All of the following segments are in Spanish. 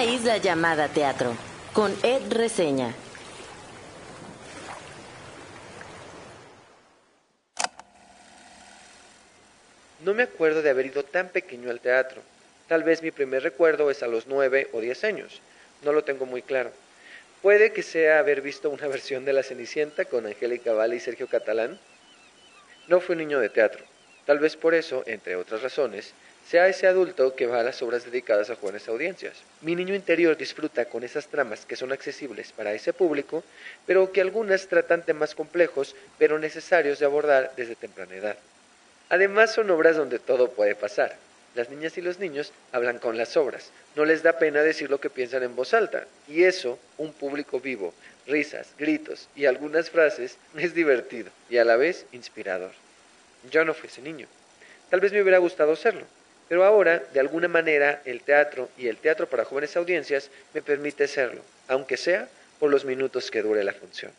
una isla llamada teatro, con Ed Reseña. No me acuerdo de haber ido tan pequeño al teatro. Tal vez mi primer recuerdo es a los 9 o 10 años. No lo tengo muy claro. Puede que sea haber visto una versión de La Cenicienta con Angélica Vale y Sergio Catalán. No fui un niño de teatro. Tal vez por eso, entre otras razones, sea ese adulto que va a las obras dedicadas a jóvenes audiencias. Mi niño interior disfruta con esas tramas que son accesibles para ese público, pero que algunas tratan temas complejos, pero necesarios de abordar desde temprana edad. Además, son obras donde todo puede pasar. Las niñas y los niños hablan con las obras, no les da pena decir lo que piensan en voz alta, y eso, un público vivo, risas, gritos y algunas frases, es divertido y a la vez inspirador. Yo no fui ese niño. Tal vez me hubiera gustado serlo, pero ahora, de alguna manera, el teatro y el teatro para jóvenes audiencias me permite serlo, aunque sea por los minutos que dure la función.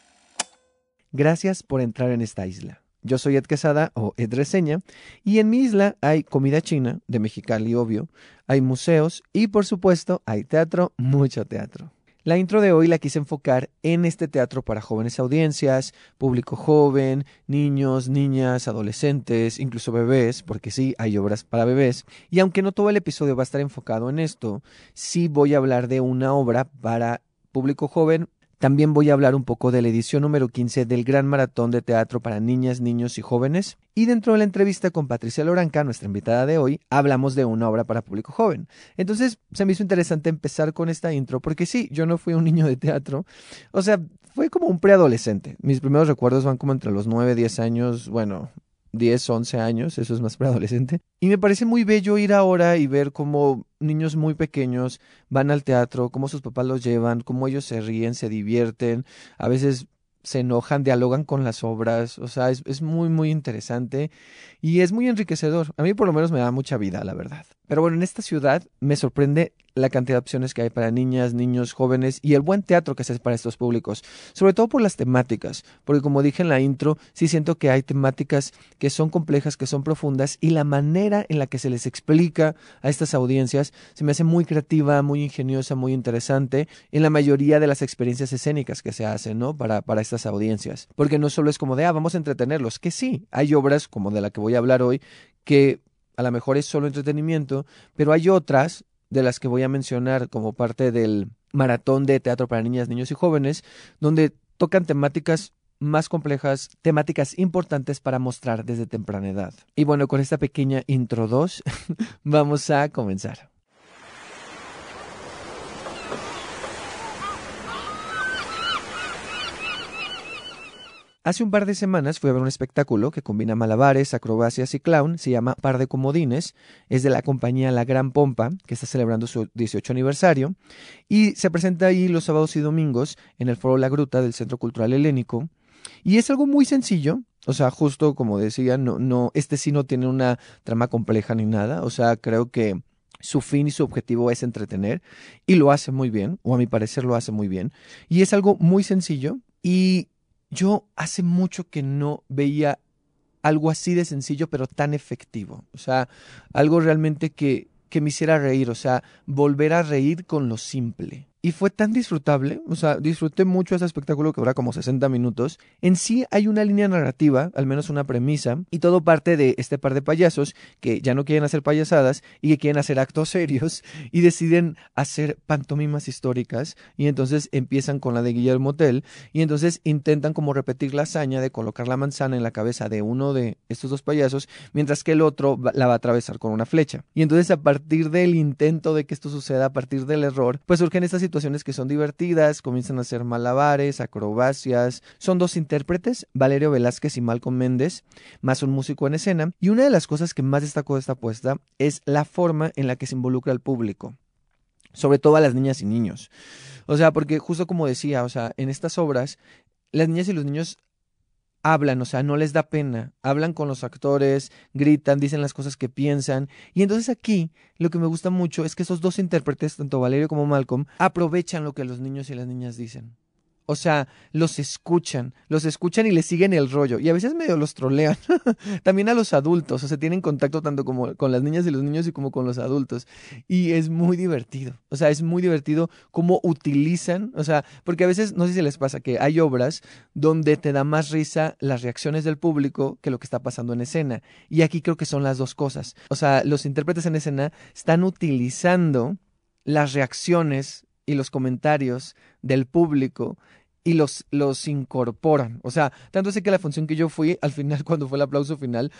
Gracias por entrar en esta isla. Yo soy Ed Quesada o Ed Reseña y en mi isla hay comida china, de Mexicali obvio, hay museos y por supuesto hay teatro, mucho teatro. La intro de hoy la quise enfocar en este teatro para jóvenes audiencias, público joven, niños, niñas, adolescentes, incluso bebés, porque sí, hay obras para bebés. Y aunque no todo el episodio va a estar enfocado en esto, sí voy a hablar de una obra para público joven. También voy a hablar un poco de la edición número 15 del Gran Maratón de Teatro para Niñas, Niños y Jóvenes. Y dentro de la entrevista con Patricia Loranca, nuestra invitada de hoy, hablamos de una obra para público joven. Entonces, se me hizo interesante empezar con esta intro, porque sí, yo no fui un niño de teatro. O sea, fue como un preadolescente. Mis primeros recuerdos van como entre los 9, 10 años, bueno, 10, 11 años, eso es más preadolescente. Y me parece muy bello ir ahora y ver cómo niños muy pequeños van al teatro, cómo sus papás los llevan, cómo ellos se ríen, se divierten, a veces se enojan, dialogan con las obras, o sea, es muy, muy interesante y es muy enriquecedor. A mí por lo menos me da mucha vida, la verdad. Pero bueno, en esta ciudad me sorprende la cantidad de opciones que hay para niñas, niños, jóvenes y el buen teatro que se hace para estos públicos, sobre todo por las temáticas, porque como dije en la intro, sí siento que hay temáticas que son complejas, que son profundas y la manera en la que se les explica a estas audiencias se me hace muy creativa, muy ingeniosa, muy interesante en la mayoría de las experiencias escénicas que se hacen, ¿no? Para estas audiencias, porque no solo es como de, vamos a entretenerlos, que sí, hay obras como de la que voy a hablar hoy que a lo mejor es solo entretenimiento, pero hay otras de las que voy a mencionar como parte del maratón de teatro para niñas, niños y jóvenes, donde tocan temáticas más complejas, temáticas importantes para mostrar desde temprana edad. Y bueno, con esta pequeña intro 2, vamos a comenzar. Hace un par de semanas fui a ver un espectáculo que combina malabares, acrobacias y clown, se llama Par de Comodines, es de la compañía La Gran Pompa, que está celebrando su 18 aniversario, y se presenta ahí los sábados y domingos en el Foro La Gruta del Centro Cultural Helénico, y es algo muy sencillo, o sea, justo como decía, este sí no tiene una trama compleja ni nada, o sea, creo que su fin y su objetivo es entretener, y lo hace muy bien, o a mi parecer lo hace muy bien, y es algo muy sencillo, y yo hace mucho que no veía algo así de sencillo, pero tan efectivo. O sea, algo realmente que me hiciera reír, o sea, volver a reír con lo simple. Y fue tan disfrutable, o sea, disfruté mucho ese espectáculo que dura como 60 minutos. En sí hay una línea narrativa, al menos una premisa, y todo parte de este par de payasos que ya no quieren hacer payasadas y que quieren hacer actos serios y deciden hacer pantomimas históricas y entonces empiezan con la de Guillermo Tell y entonces intentan como repetir la hazaña de colocar la manzana en la cabeza de uno de estos dos payasos mientras que el otro la va a atravesar con una flecha. Y entonces a partir del intento de que esto suceda, a partir del error, pues surgen estas situaciones que son divertidas, comienzan a hacer malabares, acrobacias. Son dos intérpretes, Valerio Velázquez y Malcolm Méndez, más un músico en escena. Y una de las cosas que más destacó de esta apuesta es la forma en la que se involucra al público, sobre todo a las niñas y niños. O sea, porque justo como decía, o sea, en estas obras, las niñas y los niños hablan, o sea, no les da pena, hablan con los actores, gritan, dicen las cosas que piensan, y entonces aquí lo que me gusta mucho es que esos dos intérpretes, tanto Valerio como Malcolm, aprovechan lo que los niños y las niñas dicen. O sea, los escuchan y les siguen el rollo. Y a veces medio los trolean. También a los adultos. O sea, tienen contacto tanto como con las niñas y los niños y como con los adultos. Y es muy divertido. O sea, es muy divertido cómo utilizan. O sea, porque a veces, no sé si les pasa, que hay obras donde te da más risa las reacciones del público que lo que está pasando en escena. Y aquí creo que son las dos cosas. O sea, los intérpretes en escena están utilizando las reacciones y los comentarios del público y los incorporan. O sea, tanto sé que la función que yo fui, al final cuando fue el aplauso final,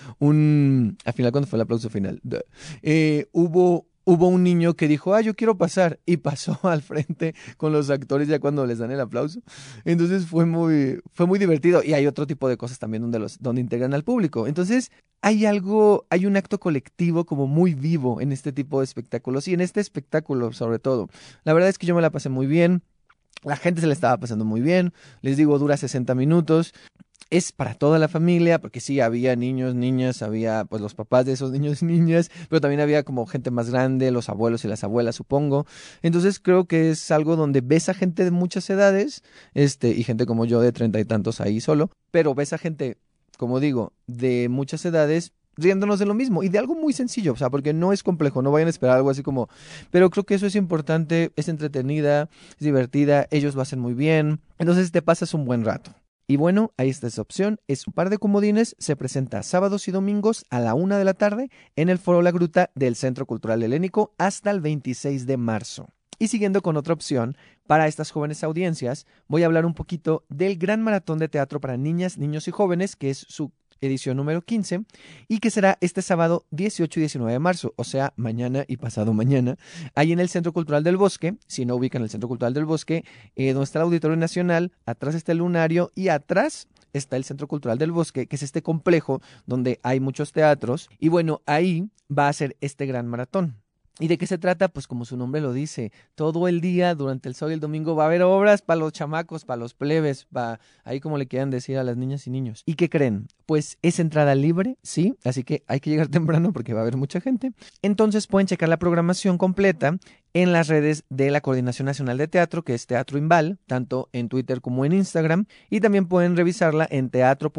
hubo un niño que dijo, yo quiero pasar, y pasó al frente con los actores ya cuando les dan el aplauso. Entonces fue muy divertido. Y hay otro tipo de cosas también donde integran al público. Entonces, hay un acto colectivo como muy vivo en este tipo de espectáculos y en este espectáculo sobre todo. La verdad es que yo me la pasé muy bien. La gente se la estaba pasando muy bien. Les digo, dura 60 minutos. Es para toda la familia, porque sí, había niños, niñas, había pues los papás de esos niños y niñas, pero también había como gente más grande, los abuelos y las abuelas, supongo. Entonces creo que es algo donde ves a gente de muchas edades, y gente como yo de 30 y tantos ahí solo, pero ves a gente, como digo, de muchas edades, riéndonos de lo mismo y de algo muy sencillo, o sea, porque no es complejo, no vayan a esperar algo así como, pero creo que eso es importante, es entretenida, es divertida, ellos lo hacen muy bien, entonces te pasas un buen rato. Y bueno, ahí está esa opción, es un par de comodines, se presenta sábados y domingos a la 1 de la tarde en el Foro La Gruta del Centro Cultural Helénico hasta el 26 de marzo. Y siguiendo con otra opción, para estas jóvenes audiencias, voy a hablar un poquito del Gran Maratón de Teatro para Niñas, Niños y Jóvenes, que es su edición número 15, y que será este sábado 18 y 19 de marzo, o sea, mañana y pasado mañana, ahí en el Centro Cultural del Bosque. Si no ubican el Centro Cultural del Bosque, donde está el Auditorio Nacional, atrás está el Lunario y atrás está el Centro Cultural del Bosque, que es este complejo donde hay muchos teatros, y bueno, ahí va a ser este gran maratón. ¿Y de qué se trata? Pues como su nombre lo dice, todo el día, durante el sábado y el domingo, va a haber obras para los chamacos, para los plebes, para ahí como le quieran decir a las niñas y niños. ¿Y qué creen? Pues es entrada libre, sí, así que hay que llegar temprano porque va a haber mucha gente. Entonces pueden checar la programación completa en las redes de la Coordinación Nacional de Teatro, que es Teatro Imbal, tanto en Twitter como en Instagram, y también pueden revisarla en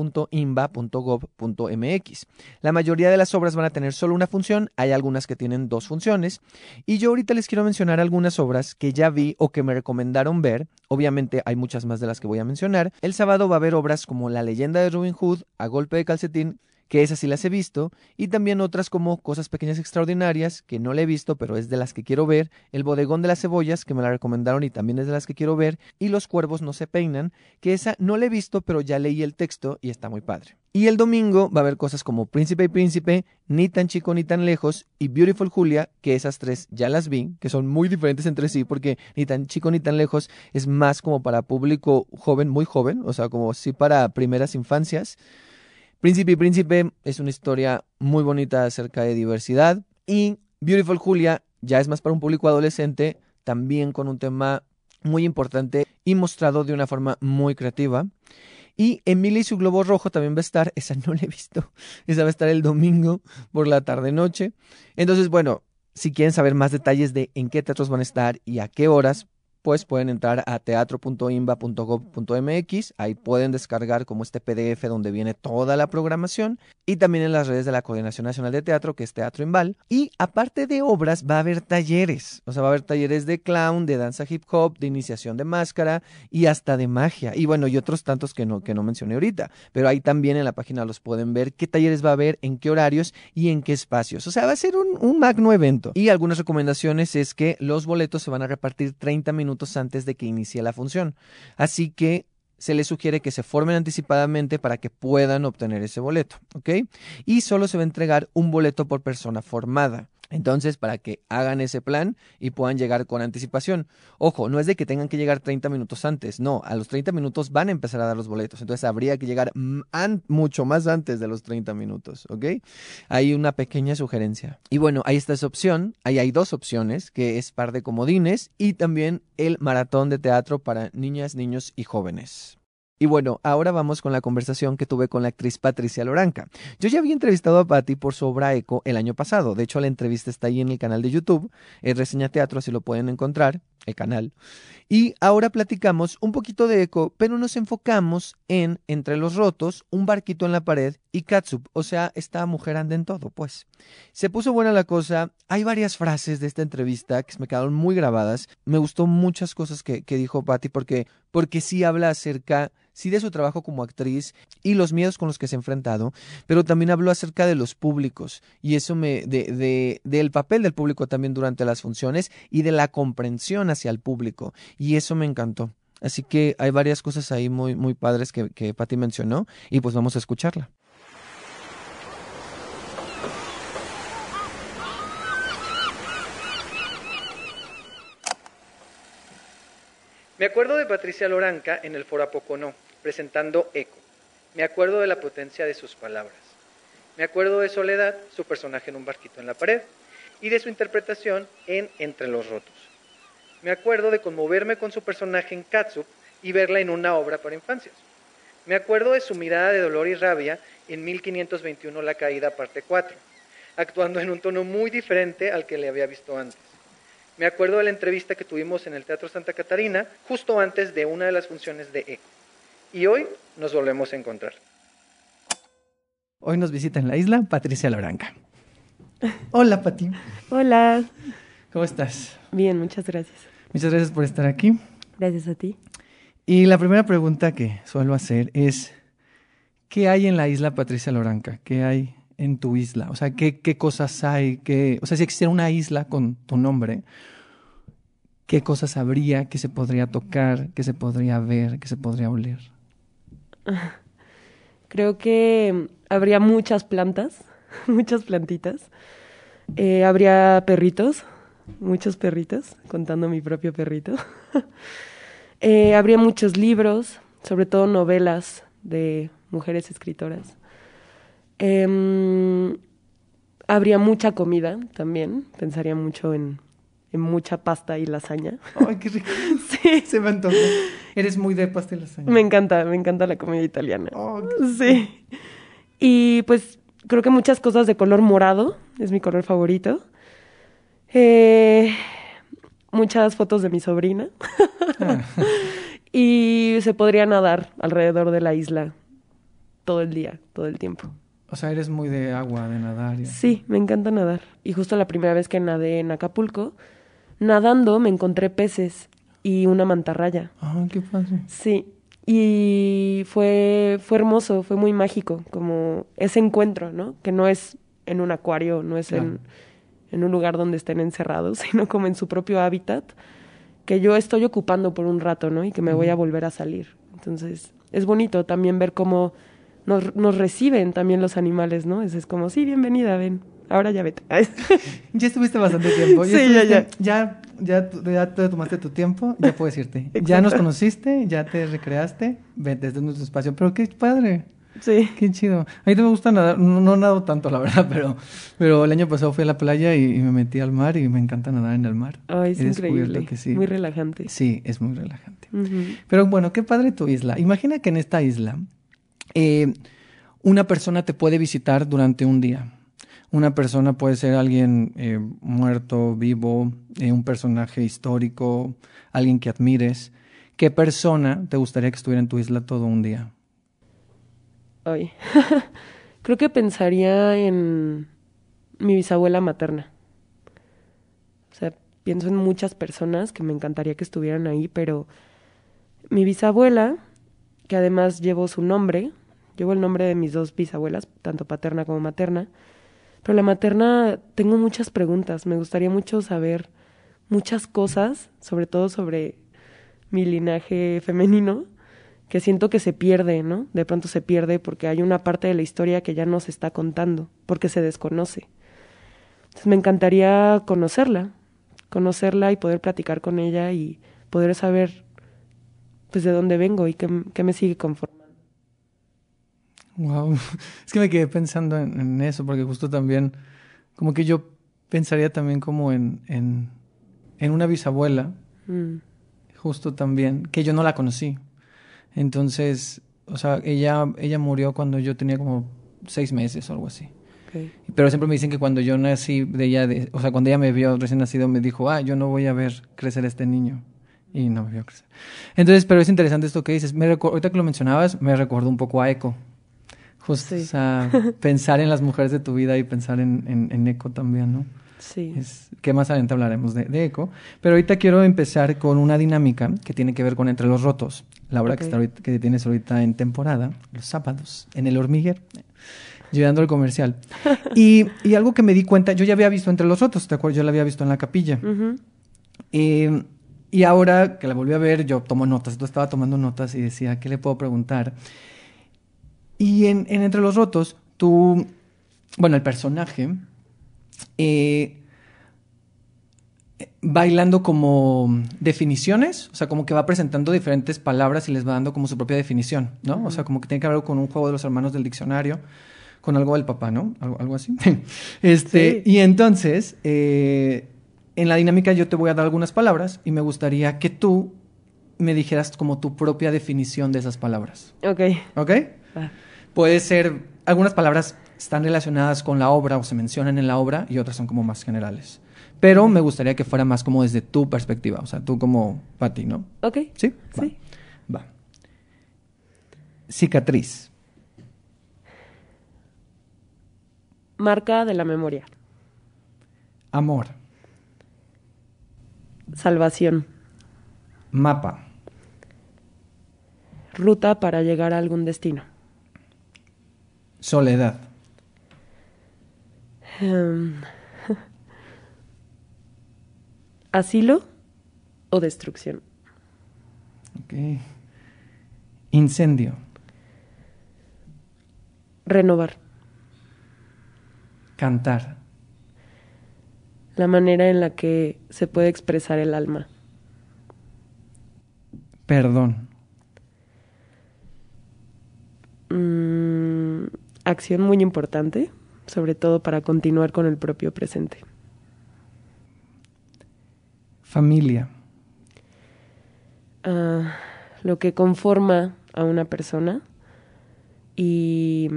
teatro.imba.gov.mx. La mayoría de las obras van a tener solo una función, hay algunas que tienen 2 funciones, y yo ahorita les quiero mencionar algunas obras que ya vi o que me recomendaron ver. Obviamente hay muchas más de las que voy a mencionar. El sábado va a haber obras como La Leyenda de Robin Hood, A Golpe de Calcetín, que esas sí las he visto, y también otras como Cosas Pequeñas Extraordinarias, que no la he visto, pero es de las que quiero ver, El Bodegón de las Cebollas, que me la recomendaron y también es de las que quiero ver, y Los Cuervos no se peinan, que esa no la he visto, pero ya leí el texto y está muy padre. Y el domingo va a haber cosas como Príncipe y Príncipe, Ni tan chico ni tan lejos, y Beautiful Julia, que esas 3 ya las vi, que son muy diferentes entre sí, porque Ni tan chico ni tan lejos es más como para público joven, muy joven, o sea, como sí para primeras infancias. Príncipe y Príncipe es una historia muy bonita acerca de diversidad, y Beautiful Julia ya es más para un público adolescente, también con un tema muy importante y mostrado de una forma muy creativa. Y Emilia y su Globo Rojo también va a estar, esa no la he visto, esa va a estar el domingo por la tarde-noche. Entonces, bueno, si quieren saber más detalles de en qué teatros van a estar y a qué horas, pues pueden entrar a teatro.imba.gov.mx, ahí pueden descargar como este PDF donde viene toda la programación, y también en las redes de la Coordinación Nacional de Teatro, que es Teatro Imbal. Y aparte de obras va a haber talleres, o sea, va a haber talleres de clown, de danza hip hop, de iniciación de máscara y hasta de magia, y bueno, y otros tantos que no mencioné ahorita, pero ahí también en la página los pueden ver qué talleres va a haber, en qué horarios y en qué espacios. O sea, va a ser un magno evento. Y algunas recomendaciones es que los boletos se van a repartir 30 minutos antes de que inicie la función. Así que se les sugiere que se formen anticipadamente para que puedan obtener ese boleto, ¿ok? Y solo se va a entregar un boleto por persona formada. Entonces, para que hagan ese plan y puedan llegar con anticipación. Ojo, no es de que tengan que llegar 30 minutos antes, no, a los 30 minutos van a empezar a dar los boletos, entonces habría que llegar mucho más antes de los 30 minutos, ¿ok? Hay una pequeña sugerencia. Y bueno, ahí está esa opción, ahí hay 2 opciones, que es par de comodines y también el maratón de teatro para niñas, niños y jóvenes. Y bueno, ahora vamos con la conversación que tuve con la actriz Patricia Loranca. Yo ya había entrevistado a Patti por su obra Eco el año pasado. De hecho, la entrevista está ahí en el canal de YouTube, Reseña Teatro, así lo pueden encontrar. el canal. Y ahora platicamos un poquito de Eco, pero nos enfocamos en Entre los Rotos, Un barquito en la pared y Catsup. O sea, esta mujer anda en todo, pues. Se puso buena la cosa. Hay varias frases de esta entrevista que me quedaron muy grabadas. Me gustó muchas cosas que dijo Patty porque sí habla acerca, sí de su trabajo como actriz y los miedos con los que se ha enfrentado, pero también habló acerca de los públicos y eso del papel del público también durante las funciones y de la comprensión hacia el público y eso me encantó. Así que hay varias cosas ahí muy, muy padres que Patty mencionó y pues vamos a escucharla. Me acuerdo de Patricia Loranca en el Foro Apocono, presentando Eco. Me acuerdo de la potencia de sus palabras. Me acuerdo de Soledad, su personaje en Un barquito en la pared, y de su interpretación en Entre los Rotos. Me acuerdo de conmoverme con su personaje en Catsup y verla en una obra para infancias. Me acuerdo de su mirada de dolor y rabia en 1521 La Caída, parte 4, actuando en un tono muy diferente al que le había visto antes. Me acuerdo de la entrevista que tuvimos en el Teatro Santa Catarina, justo antes de una de las funciones de Eco. Y hoy nos volvemos a encontrar. Hoy nos visita en la isla Patricia Loranca. Hola, Pati. Hola. ¿Cómo estás? Bien, muchas gracias. Muchas gracias por estar aquí. Gracias a ti. Y la primera pregunta que suelo hacer es, ¿qué hay en la isla Patricia Loranca? ¿Qué hay en tu isla? O sea, ¿qué cosas hay? O sea, si existiera una isla con tu nombre, ¿qué cosas habría? ¿Qué se podría tocar? ¿Qué se podría ver? ¿Qué se podría oler? Creo que habría muchas plantas, muchas plantitas. Habría perritos, muchos perritos, contando mi propio perrito. Habría muchos libros, sobre todo novelas de mujeres escritoras. Habría mucha comida también, pensaría mucho en mucha pasta y lasaña. ¡Ay, qué rico! Sí. Se me antojó. Eres muy de pasta y lasaña. Me encanta la comida italiana. Oh, sí. Y pues creo que muchas cosas de color morado, es mi color favorito. Muchas fotos de mi sobrina. Y se podría nadar alrededor de la isla todo el día, todo el tiempo. O sea, eres muy de agua, de nadar. Sí, me encanta nadar. Y justo la primera vez que nadé en Acapulco, nadando me encontré peces y una mantarraya. Ah, qué padre. Sí, y fue hermoso, fue muy mágico, como ese encuentro, ¿no? Que no es en un acuario, no es Claro. en un lugar donde estén encerrados, sino como en su propio hábitat, que yo estoy ocupando por un rato, ¿no? Y que me voy a volver a salir. Entonces, es bonito también ver cómo nos reciben también los animales, ¿no? Es como, sí, bienvenida, ven, ahora ya vete. Ya estuviste bastante tiempo. Sí, Ya te tomaste tu tiempo, ya puedes irte. Exacto. Ya nos conociste, ya te recreaste, vete, este es nuestro espacio. Pero qué padre, Sí. qué chido. A mí me gusta nadar, no nado tanto, la verdad, pero el año pasado fui a la playa y me metí al mar y me encanta nadar en el mar. Ay, es He descubierto increíble, que sí. muy relajante. Sí, es muy relajante. Uh-huh. Pero bueno, qué padre tu isla. Imagina que en esta isla una persona te puede visitar durante un día. Una persona puede ser alguien muerto, vivo, un personaje histórico, alguien que admires. ¿Qué persona te gustaría que estuviera en tu isla todo un día? Ay. Creo que pensaría en mi bisabuela materna. O sea, pienso en muchas personas que me encantaría que estuvieran ahí, pero mi bisabuela, que además llevo su nombre, llevo el nombre de mis dos bisabuelas, tanto paterna como materna, pero la materna tengo muchas preguntas, me gustaría mucho saber muchas cosas, sobre todo sobre mi linaje femenino, que siento que se pierde, ¿no? De pronto se pierde porque hay una parte de la historia que ya no se está contando, porque se desconoce. Entonces me encantaría conocerla y poder platicar con ella y poder saber pues de dónde vengo y qué me sigue conformando. Wow, es que me quedé pensando en eso, porque justo también, como que yo pensaría también como en una bisabuela, justo también, que yo no la conocí. Entonces, o sea, ella murió cuando yo tenía como 6 meses o algo así. Ok. Pero siempre me dicen que cuando yo nací de ella, o sea, cuando ella me vio recién nacido, me dijo, yo no voy a ver crecer a este niño. Y no me vio crecer. Entonces, pero es interesante esto que dices. Ahorita que lo mencionabas, me recordó un poco a Eco. Justo, Sí. o sea, pensar en las mujeres de tu vida y pensar en Eco también, ¿no? Sí. Que más adelante hablaremos de Eco. Pero ahorita quiero empezar con una dinámica que tiene que ver con Entre los Rotos. La obra que tienes ahorita en temporada, los sábados, en El Hormiguero, ayudando al comercial. Y algo que me di cuenta, yo ya había visto Entre los Rotos, ¿te acuerdas? Yo la había visto en la capilla. Ujú. Y ahora que la volví a ver, yo tomo notas. Yo estaba tomando notas y decía, ¿qué le puedo preguntar? Y en Entre los Rotos, el personaje bailando como definiciones, o sea, como que va presentando diferentes palabras y les va dando como su propia definición, ¿no? Uh-huh. O sea, como que tiene que ver con un juego de los hermanos del diccionario, con algo del papá, ¿no? Algo así. Sí. Y entonces, en la dinámica yo te voy a dar algunas palabras y me gustaría que tú me dijeras como tu propia definición de esas palabras. Ok. ¿Ok? Puede ser, algunas palabras están relacionadas con la obra o se mencionan en la obra y otras son como más generales. Pero me gustaría que fuera más como desde tu perspectiva, o sea, tú como Pati, ¿no? Ok. ¿Sí? Sí. Va. Cicatriz. Marca de la memoria. Amor. Salvación. Mapa. Ruta para llegar a algún destino. Soledad. Asilo o destrucción. Ok. Incendio. Renovar. Cantar. La manera en la que se puede expresar el alma. Perdón. Acción muy importante, sobre todo para continuar con el propio presente. Familia. Lo que conforma a una persona y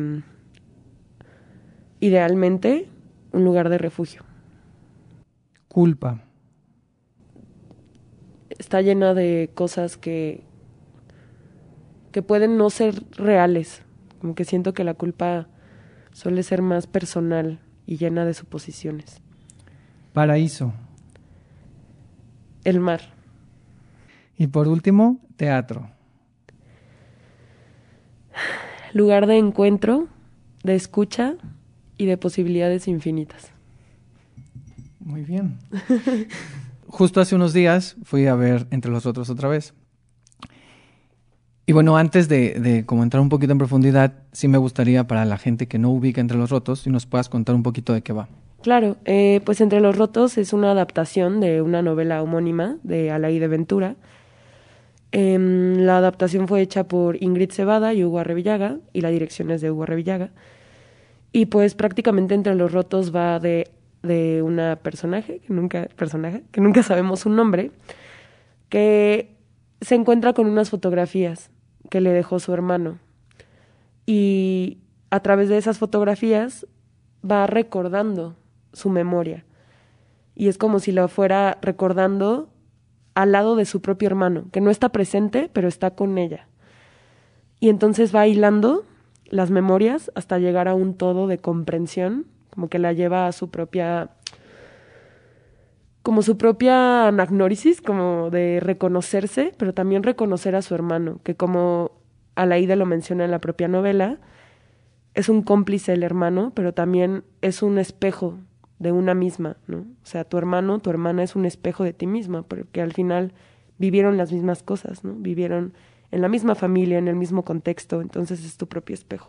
idealmente un lugar de refugio. Culpa. Está llena de cosas que pueden no ser reales. Como que siento que la culpa suele ser más personal y llena de suposiciones. Paraíso. El mar. Y por último, teatro. Lugar de encuentro, de escucha y de posibilidades infinitas. Muy bien. Justo hace unos días fui a ver Entre los Otros otra vez. Y bueno, antes de como entrar un poquito en profundidad, sí me gustaría para la gente que no ubica Entre los Rotos, si nos puedas contar un poquito de qué va. Claro, pues Entre los Rotos es una adaptación de una novela homónima de Alaí de Ventura. La adaptación fue hecha por Ingrid Cebada y Hugo Arrevillaga, y la dirección es de Hugo Arrevillaga. Y pues prácticamente Entre los Rotos va de una personaje que nunca sabemos su nombre, que se encuentra con unas fotografías que le dejó su hermano. Y a través de esas fotografías va recordando su memoria. Y es como si lo fuera recordando al lado de su propio hermano, que no está presente, pero está con ella. Y entonces va hilando las memorias hasta llegar a un todo de comprensión, como que la lleva a su propia anagnórisis, como de reconocerse, pero también reconocer a su hermano, que como Alaíde lo menciona en la propia novela, es un cómplice el hermano, pero también es un espejo de una misma, ¿no? O sea, tu hermano, tu hermana es un espejo de ti misma, porque al final vivieron las mismas cosas, ¿no? Vivieron en la misma familia, en el mismo contexto, entonces es tu propio espejo.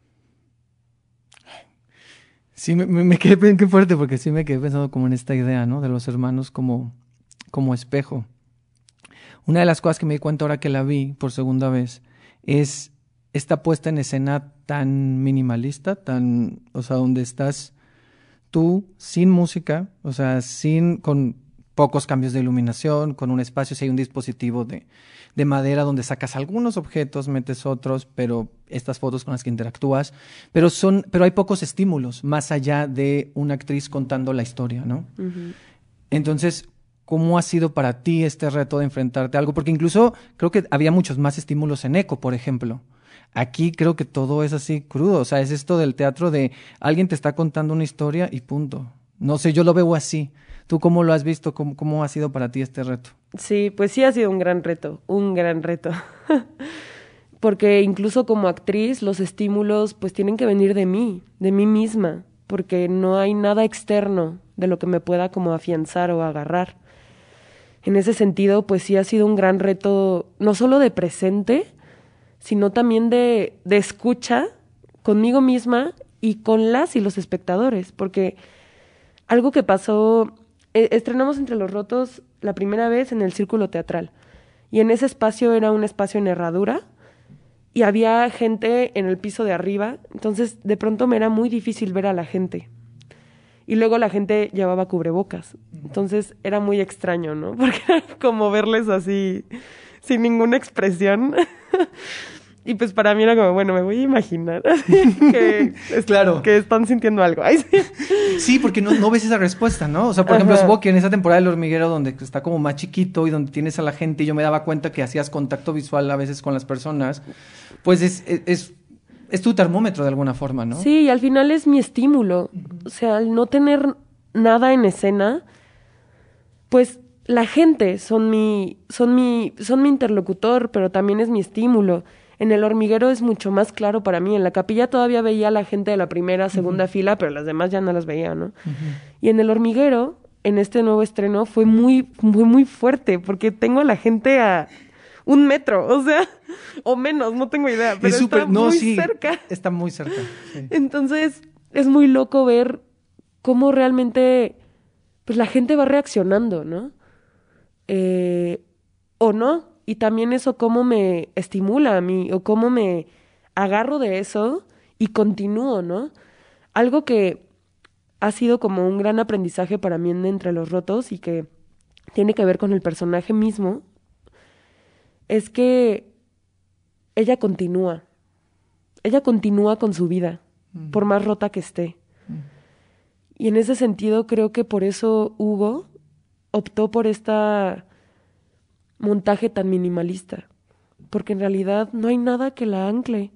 Sí, me quedé, qué fuerte, porque sí me quedé pensando como en esta idea, ¿no? De los hermanos como espejo. Una de las cosas que me di cuenta ahora que la vi por segunda vez es esta puesta en escena tan minimalista, o sea, donde estás tú sin música, o sea, con pocos cambios de iluminación, con un espacio, si hay un dispositivo de madera donde sacas algunos objetos, metes otros, pero estas fotos con las que interactúas, pero hay pocos estímulos más allá de una actriz contando la historia, ¿no? Uh-huh. Entonces, ¿cómo ha sido para ti este reto de enfrentarte a algo? Porque incluso creo que había muchos más estímulos en Eco, por ejemplo. Aquí creo que todo es así crudo, o sea, es esto del teatro de alguien te está contando una historia y punto. No sé, yo lo veo así. ¿Tú cómo lo has visto? ¿Cómo ha sido para ti este reto? Sí, pues sí ha sido un gran reto. Porque incluso como actriz, los estímulos pues tienen que venir de mí misma, porque no hay nada externo de lo que me pueda como afianzar o agarrar. En ese sentido, pues sí ha sido un gran reto, no solo de presente, sino también de escucha conmigo misma y con las y los espectadores, porque algo que pasó, estrenamos Entre los Rotos la primera vez en el Círculo Teatral, y en ese espacio era un espacio en herradura, y había gente en el piso de arriba, entonces de pronto me era muy difícil ver a la gente. Y luego la gente llevaba cubrebocas, entonces era muy extraño, ¿no? Porque era como verles así, sin ninguna expresión. Y pues para mí era como, bueno, me voy a imaginar claro, que están sintiendo algo. Ay, sí. Sí, porque no ves esa respuesta, ¿no? O sea, por ejemplo, supongo que en esa temporada del Hormiguero, donde está como más chiquito y donde tienes a la gente, y yo me daba cuenta que hacías contacto visual a veces con las personas, pues es tu termómetro de alguna forma, ¿no? Sí, y al final es mi estímulo. O sea, al no tener nada en escena, pues la gente son mi interlocutor, pero también es mi estímulo. En el Hormiguero es mucho más claro para mí. En la Capilla todavía veía a la gente de la primera, segunda fila, pero las demás ya no las veía, ¿no? Y en el Hormiguero, en este nuevo estreno, fue muy, muy, muy fuerte, porque tengo a la gente a 1 metro, o sea, o menos, no tengo idea, pero está muy cerca. Está muy cerca. Sí. Entonces, es muy loco ver cómo realmente, pues la gente va reaccionando, ¿no? O no. Y también eso cómo me estimula a mí, o cómo me agarro de eso y continúo, ¿no? Algo que ha sido como un gran aprendizaje para mí en Entre los Rotos y que tiene que ver con el personaje mismo, es que ella continúa con su vida, por más rota que esté. Y en ese sentido creo que por eso Hugo optó por esta montaje tan minimalista, porque en realidad no hay nada que la ancle,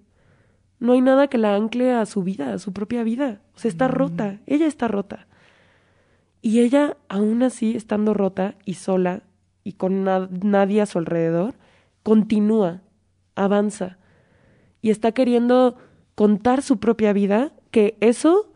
a su vida, a su propia vida. O sea, está rota, ella está rota. Y ella, aún así, estando rota y sola y con nadie a su alrededor, continúa, avanza y está queriendo contar su propia vida, que eso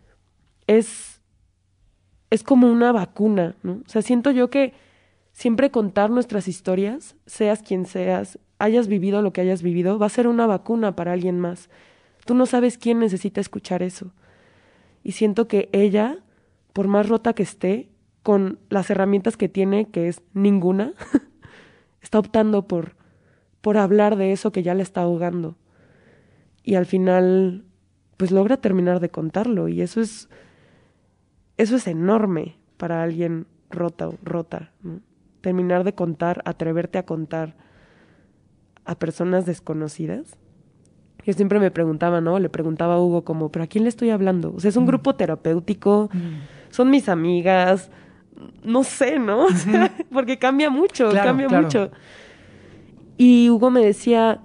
es como una vacuna, ¿no? O sea, siento yo que siempre contar nuestras historias, seas quien seas, hayas vivido lo que hayas vivido, va a ser una vacuna para alguien más. Tú no sabes quién necesita escuchar eso. Y siento que ella, por más rota que esté, con las herramientas que tiene, que es ninguna, está optando por hablar de eso que ya la está ahogando. Y al final, pues logra terminar de contarlo. Y eso es enorme para alguien rota, ¿no? Terminar de contar, atreverte a contar a personas desconocidas. Yo siempre me preguntaba, ¿no? Le preguntaba a Hugo como, ¿pero a quién le estoy hablando? O sea, es un grupo terapéutico, son mis amigas, no sé, ¿no? O sea, porque cambia mucho, mucho. Y Hugo me decía,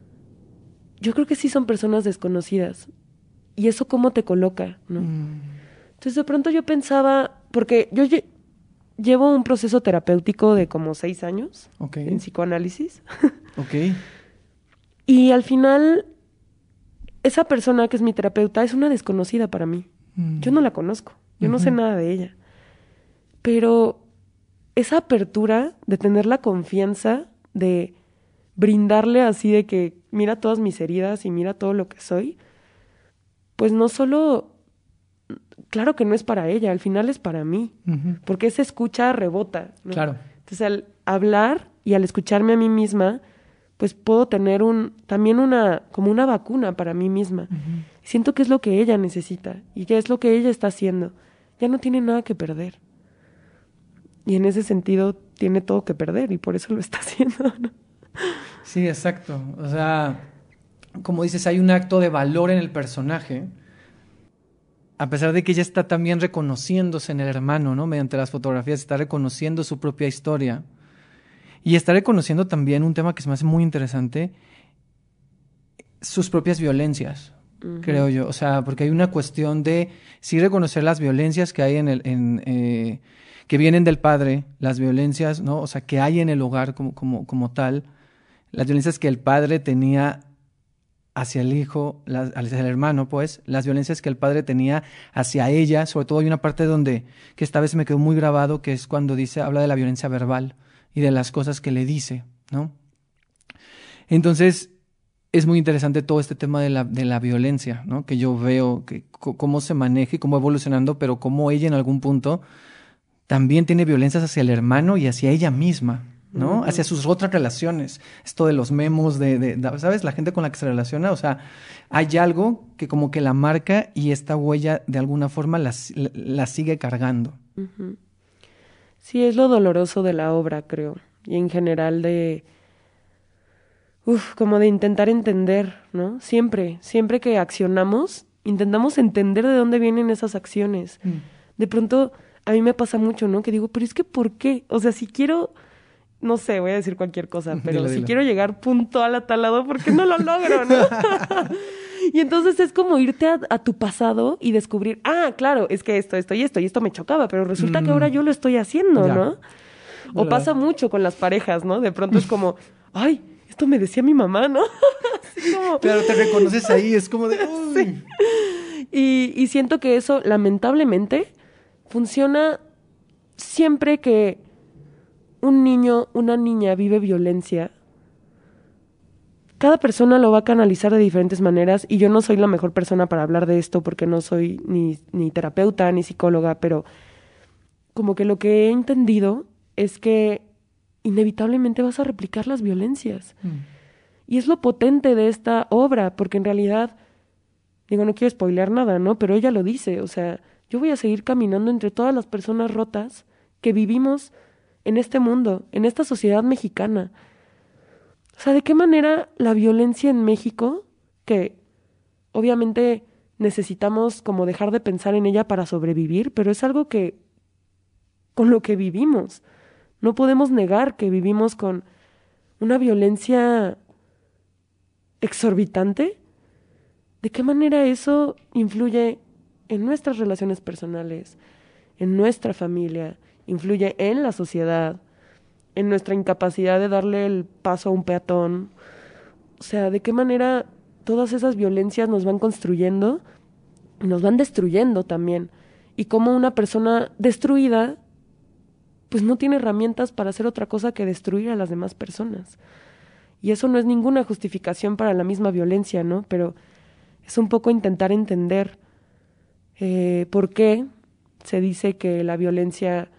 yo creo que sí son personas desconocidas. ¿Y eso cómo te coloca, no? Entonces de pronto yo pensaba, porque yo llevo un proceso terapéutico de como 6 años en psicoanálisis. Y al final, esa persona que es mi terapeuta es una desconocida para mí. Yo no la conozco, yo no sé nada de ella. Pero esa apertura de tener la confianza de brindarle así de que mira todas mis heridas y mira todo lo que soy, pues no solo, claro que no es para ella, al final es para mí, porque esa escucha rebota, ¿no? Claro. Entonces al hablar y al escucharme a mí misma, pues puedo tener también como una vacuna para mí misma. Siento que es lo que ella necesita y que es lo que ella está haciendo. Ya no tiene nada que perder. Y en ese sentido tiene todo que perder y por eso lo está haciendo, ¿no? Sí, exacto. O sea, como dices, hay un acto de valor en el personaje, a pesar de que ella está también reconociéndose en el hermano, ¿no? Mediante las fotografías, está reconociendo su propia historia. Y está reconociendo también un tema que se me hace muy interesante, sus propias violencias, creo yo. O sea, porque hay una cuestión de sí reconocer las violencias que hay que vienen del padre, las violencias, ¿no? O sea, que hay en el hogar como tal, las violencias que el padre tenía hacia el hijo, hacia el hermano, pues, las violencias que el padre tenía hacia ella. Sobre todo hay una parte que esta vez me quedó muy grabado, que es cuando habla de la violencia verbal y de las cosas que le dice, ¿no? Entonces, es muy interesante todo este tema de la violencia, ¿no? Que yo veo cómo se maneja y cómo va evolucionando, pero cómo ella en algún punto también tiene violencias hacia el hermano y hacia ella misma, ¿no? Hacia sus otras relaciones. Esto de los memos, ¿sabes? La gente con la que se relaciona, o sea, hay algo que como que la marca y esta huella de alguna forma la sigue cargando. Uh-huh. Sí, es lo doloroso de la obra, creo. Y en general como de intentar entender, ¿no? Siempre que accionamos, intentamos entender de dónde vienen esas acciones. De pronto, a mí me pasa mucho, ¿no? Que digo, pero es que ¿por qué? O sea, si quiero, no sé, voy a decir cualquier cosa, pero si quiero llegar puntual a tal lado, ¿por qué no lo logro, no? Y entonces es como irte a tu pasado y descubrir, claro, es que esto y esto me chocaba, pero resulta que ahora yo lo estoy haciendo, ya. ¿No? O pasa mucho con las parejas, ¿no? De pronto es como, ay, esto me decía mi mamá, ¿no? Así como... Pero te reconoces ahí, es como de... Uy. Sí. Y siento que eso, lamentablemente, funciona siempre que un niño, una niña vive violencia. Cada persona lo va a canalizar de diferentes maneras y yo no soy la mejor persona para hablar de esto porque no soy ni terapeuta ni psicóloga, pero como que lo que he entendido es que inevitablemente vas a replicar las violencias. Y es lo potente de esta obra, porque en realidad, digo, no quiero spoilear nada, ¿no? Pero ella lo dice, o sea, yo voy a seguir caminando entre todas las personas rotas que vivimos en este mundo, en esta sociedad mexicana. O sea, ¿de qué manera la violencia en México, que obviamente necesitamos como dejar de pensar en ella para sobrevivir, pero es algo con lo que vivimos? No podemos negar que vivimos con una violencia exorbitante. ¿De qué manera eso influye en nuestras relaciones personales, en nuestra familia, influye en la sociedad, en nuestra incapacidad de darle el paso a un peatón? O sea, ¿de qué manera todas esas violencias nos van construyendo y nos van destruyendo también? Y cómo una persona destruida pues no tiene herramientas para hacer otra cosa que destruir a las demás personas. Y eso no es ninguna justificación para la misma violencia, ¿no? Pero es un poco intentar entender por qué se dice que la violencia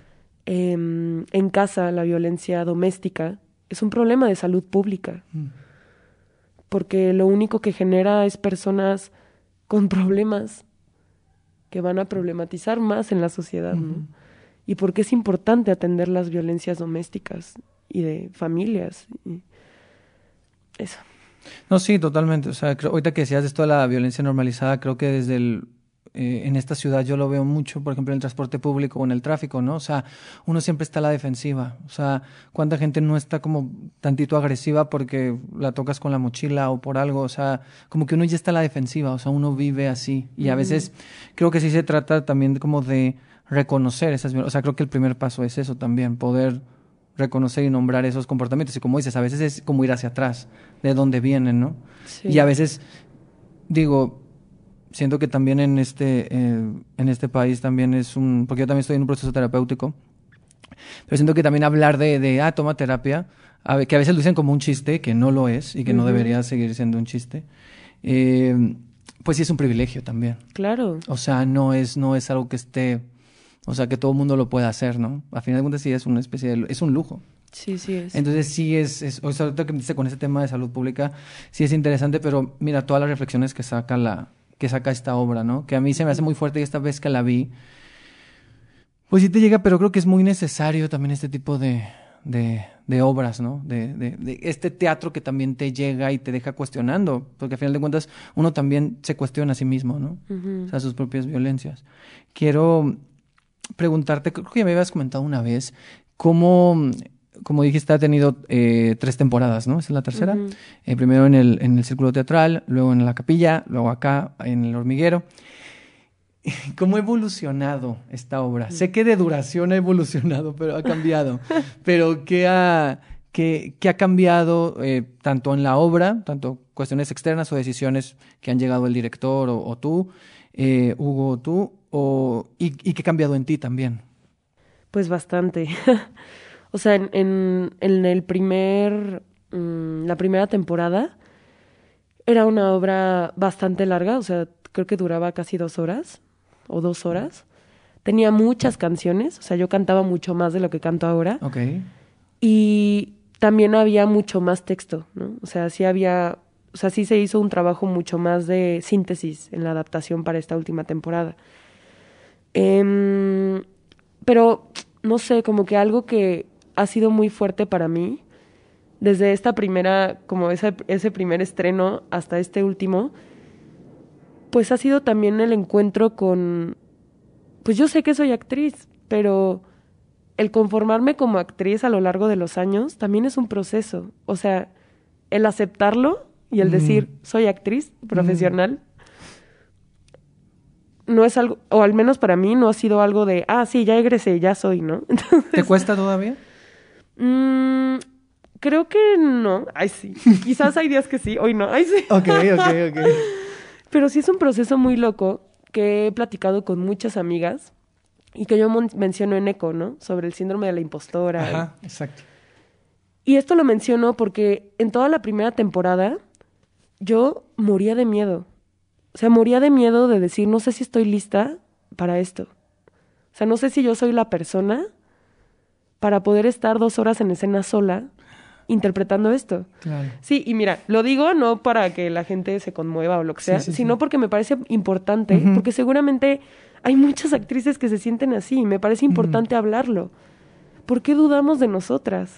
en casa, la violencia doméstica, es un problema de salud pública. Porque lo único que genera es personas con problemas que van a problematizar más en la sociedad, ¿no? Y por qué es importante atender las violencias domésticas y de familias. Y eso. No, sí, totalmente. O sea, ahorita que decías esto de la violencia normalizada, creo que desde en esta ciudad yo lo veo mucho, por ejemplo, en el transporte público o en el tráfico, ¿no? O sea, uno siempre está a la defensiva. O sea, ¿cuánta gente no está como tantito agresiva porque la tocas con la mochila o por algo? O sea, como que uno ya está a la defensiva. O sea, uno vive así. Y a veces creo que sí se trata también como de reconocer esas violencias. O sea, creo que el primer paso es eso también, poder reconocer y nombrar esos comportamientos. Y como dices, a veces es como ir hacia atrás, de dónde vienen, ¿no? Sí. Y a veces, digo, siento que también en este país también porque yo también estoy en un proceso terapéutico, pero siento que también hablar de toma terapia, que a veces lo dicen como un chiste, que no lo es y que no debería seguir siendo un chiste, pues sí es un privilegio también. Claro. O sea, no es algo que esté, o sea, que todo el mundo lo pueda hacer, ¿no? A final de cuentas sí es una especie de, es un lujo. Sí, sí es. Entonces sí o sea, ahorita que dice con ese tema de salud pública, sí es interesante, pero mira, todas las reflexiones que saca esta obra, ¿no? Que a mí se me hace muy fuerte y esta vez que la vi, Pues sí te llega, pero creo que es muy necesario también este tipo de obras, ¿no? De este teatro que también te llega y te deja cuestionando, porque al final de cuentas uno también se cuestiona a sí mismo, ¿no? Ujú. O sea, sus propias violencias. Quiero preguntarte, creo que ya me habías comentado una vez, cómo, como dijiste, ha tenido 3 temporadas, ¿no? Esa es la tercera. Ujú. Primero en el Círculo Teatral, luego en La Capilla, luego acá en El Hormiguero. ¿Cómo ha evolucionado esta obra? Sé que de duración ha evolucionado, pero ha cambiado. Pero ¿qué ha cambiado tanto en la obra, tanto cuestiones externas o decisiones que han llegado el director o tú, Hugo o tú, y qué ha cambiado en ti también? Pues bastante. O sea, en el la primera temporada era una obra bastante larga, o sea, creo que duraba casi 2 horas o 2 horas. Tenía muchas canciones, o sea, yo cantaba mucho más de lo que canto ahora. Ok. Y también había mucho más texto, ¿no? O sea, sí se hizo un trabajo mucho más de síntesis en la adaptación para esta última temporada. Pero, no sé, como que algo que ha sido muy fuerte para mí, desde esta primera, como ese primer estreno hasta este último, pues ha sido también el encuentro con, pues yo sé que soy actriz, pero el conformarme como actriz a lo largo de los años también es un proceso. O sea, el aceptarlo y el decir, soy actriz profesional, no es algo, o al menos para mí no ha sido algo de, sí, ya egresé, ya soy, ¿no? Entonces, ¿Te cuesta todavía? creo que no. Ay, sí. Quizás hay días que sí, hoy no. Ay, sí. Ok. Pero sí es un proceso muy loco que he platicado con muchas amigas y que yo menciono en Eco, ¿no? Sobre el síndrome de la impostora. Ajá, exacto. Y esto lo menciono porque en toda la primera temporada yo moría de miedo. O sea, moría de miedo de decir, no sé si estoy lista para esto. O sea, no sé si yo soy la persona para poder estar 2 horas en escena sola interpretando esto. Claro. Sí, y mira, lo digo no para que la gente se conmueva o lo que sea, sino porque me parece importante, porque seguramente hay muchas actrices que se sienten así, y me parece importante hablarlo. ¿Por qué dudamos de nosotras?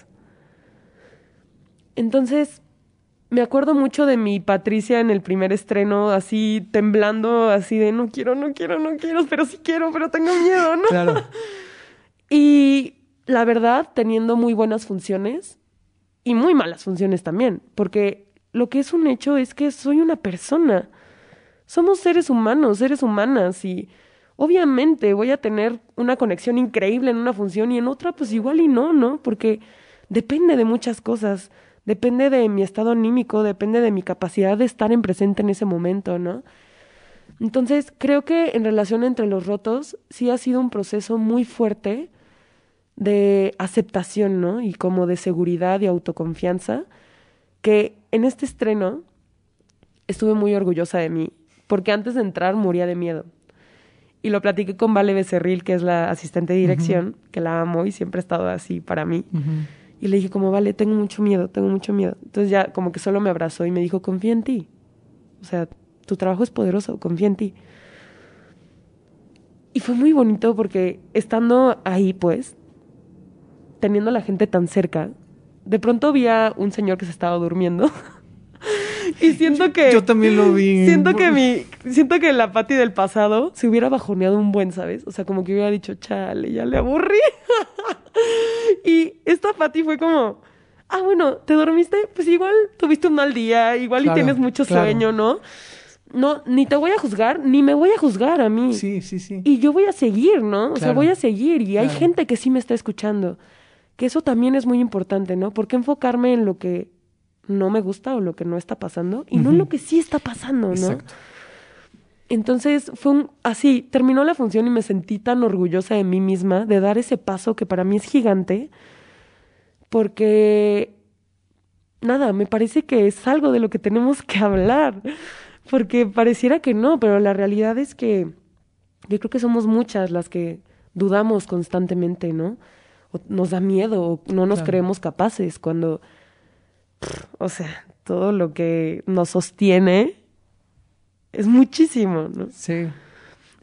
Entonces, me acuerdo mucho de mi Patricia en el primer estreno, así temblando, así de no quiero, pero sí quiero, pero tengo miedo, ¿no? Claro. Y la verdad, teniendo muy buenas funciones y muy malas funciones también, porque lo que es un hecho es que soy una persona. Somos seres humanos, seres humanas, y obviamente voy a tener una conexión increíble en una función y en otra pues igual y no, ¿no? Porque depende de muchas cosas, depende de mi estado anímico, depende de mi capacidad de estar en presente en ese momento, ¿no? Entonces, creo que en relación entre los rotos sí ha sido un proceso muy fuerte de aceptación, ¿no? Y como de seguridad y autoconfianza, que en este estreno estuve muy orgullosa de mí, porque antes de entrar moría de miedo. Y lo platiqué con Vale Becerril, que es la asistente de dirección, que la amo y siempre ha estado así para mí. Y le dije como, Vale, tengo mucho miedo. Entonces ya como que solo me abrazó y me dijo, confía en ti. O sea, tu trabajo es poderoso, confía en ti. Y fue muy bonito porque estando ahí, pues, teniendo a la gente tan cerca, de pronto vi a un señor que se estaba durmiendo. Y siento que... Yo también lo vi. Siento que la Pati del pasado se hubiera bajoneado un buen, ¿sabes? O sea, como que hubiera dicho, chale, ya le aburrí. Y esta Pati fue como, bueno, ¿te dormiste? Pues igual tuviste un mal día, igual y tienes mucho sueño, ¿no? No, ni te voy a juzgar, ni me voy a juzgar a mí. Sí. Y yo voy a seguir, ¿no? O sea, voy a seguir y hay gente que sí me está escuchando. Que eso también es muy importante, ¿no? ¿Por qué enfocarme en lo que no me gusta o lo que no está pasando y no en lo que sí está pasando, ¿no? Exacto. Entonces fue así, terminó la función y me sentí tan orgullosa de mí misma de dar ese paso que para mí es gigante, porque nada, me parece que es algo de lo que tenemos que hablar, porque pareciera que no, pero la realidad es que yo creo que somos muchas las que dudamos constantemente, ¿no? O nos da miedo, o no nos creemos capaces, cuando, o sea, todo lo que nos sostiene es muchísimo, ¿no? Sí.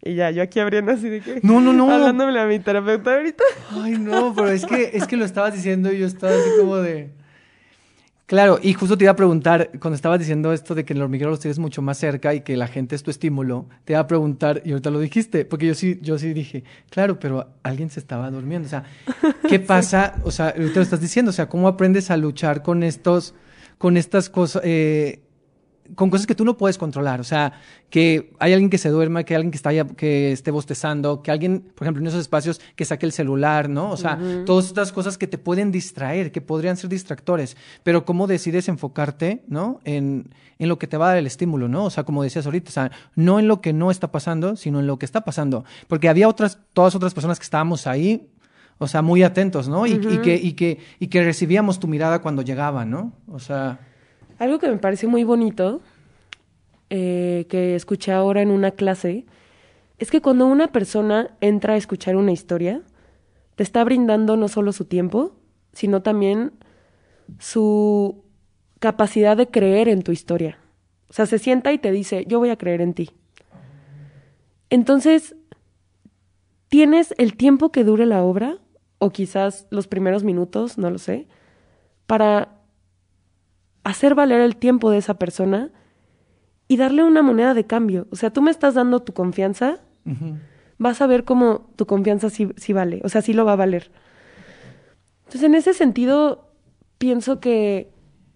Y ya, yo aquí abriendo así de que... No. Hablándome a mi terapeuta ahorita. Ay, no, pero es que lo estabas diciendo y yo estaba así como de... Claro, y justo te iba a preguntar, cuando estabas diciendo esto de que en el hormiguero los tienes mucho más cerca y que la gente es tu estímulo, te iba a preguntar, y ahorita lo dijiste, porque yo sí dije, claro, pero alguien se estaba durmiendo. O sea, ¿qué pasa? O sea, ahorita lo estás diciendo, o sea, ¿cómo aprendes a luchar con estas cosas, con cosas que tú no puedes controlar? O sea, que hay alguien que se duerma, que hay alguien que esté bostezando, que alguien, por ejemplo, en esos espacios que saque el celular, ¿no? O sea, todas estas cosas que te pueden distraer, que podrían ser distractores, pero cómo decides enfocarte, ¿no? En lo que te va a dar el estímulo, ¿no? O sea, como decías ahorita, o sea, no en lo que no está pasando, sino en lo que está pasando. Porque había todas otras personas que estábamos ahí, o sea, muy atentos, ¿no? Y que recibíamos tu mirada cuando llegaban, ¿no? O sea... Algo que me parece muy bonito, que escuché ahora en una clase, es que cuando una persona entra a escuchar una historia, te está brindando no solo su tiempo, sino también su capacidad de creer en tu historia. O sea, se sienta y te dice, yo voy a creer en ti. Entonces, tienes el tiempo que dure la obra, o quizás los primeros minutos, no lo sé, para hacer valer el tiempo de esa persona y darle una moneda de cambio. O sea, tú me estás dando tu confianza, vas a ver cómo tu confianza sí vale, o sea, sí lo va a valer. Entonces, en ese sentido, pienso que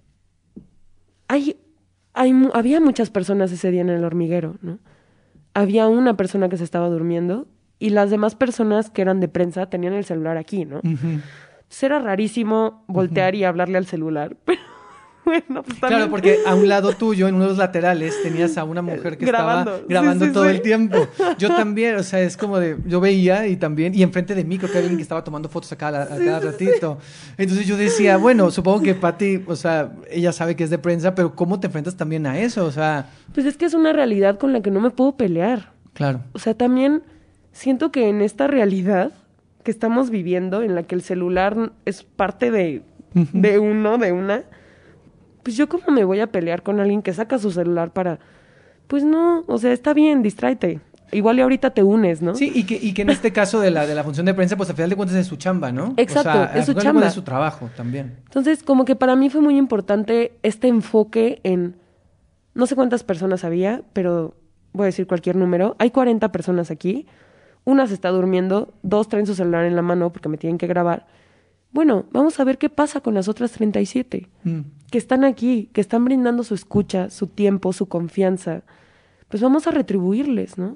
había muchas personas ese día en el hormiguero, ¿no? Había una persona que se estaba durmiendo y las demás personas que eran de prensa tenían el celular aquí, ¿no? Entonces, era rarísimo voltear y hablarle al celular, pero... Bueno, pues también... Claro, porque a un lado tuyo, en uno de los laterales, tenías a una mujer que estaba grabando todo el tiempo. Yo también, o sea, es como de... Yo veía y enfrente de mí creo que había alguien que estaba tomando fotos a cada ratito. Entonces yo decía, bueno, supongo que Pati, o sea, ella sabe que es de prensa, pero ¿cómo te enfrentas también a eso? O sea... Pues es que es una realidad con la que no me puedo pelear. Claro. O sea, también siento que en esta realidad que estamos viviendo, en la que el celular es parte de una... Pues yo cómo me voy a pelear con alguien que saca su celular para... Pues no, o sea, está bien, distráete. Igual y ahorita te unes, ¿no? Sí, y que en este caso de la función de prensa, pues al final de cuentas es su chamba, ¿no? Exacto, o sea, es su chamba. Es su trabajo también. Entonces, como que para mí fue muy importante este enfoque en... No sé cuántas personas había, pero voy a decir cualquier número. Hay 40 personas aquí. Una se está durmiendo, 2 traen su celular en la mano porque me tienen que grabar. Bueno, vamos a ver qué pasa con las otras 37 que están aquí, que están brindando su escucha, su tiempo, su confianza. Pues vamos a retribuirles, ¿no?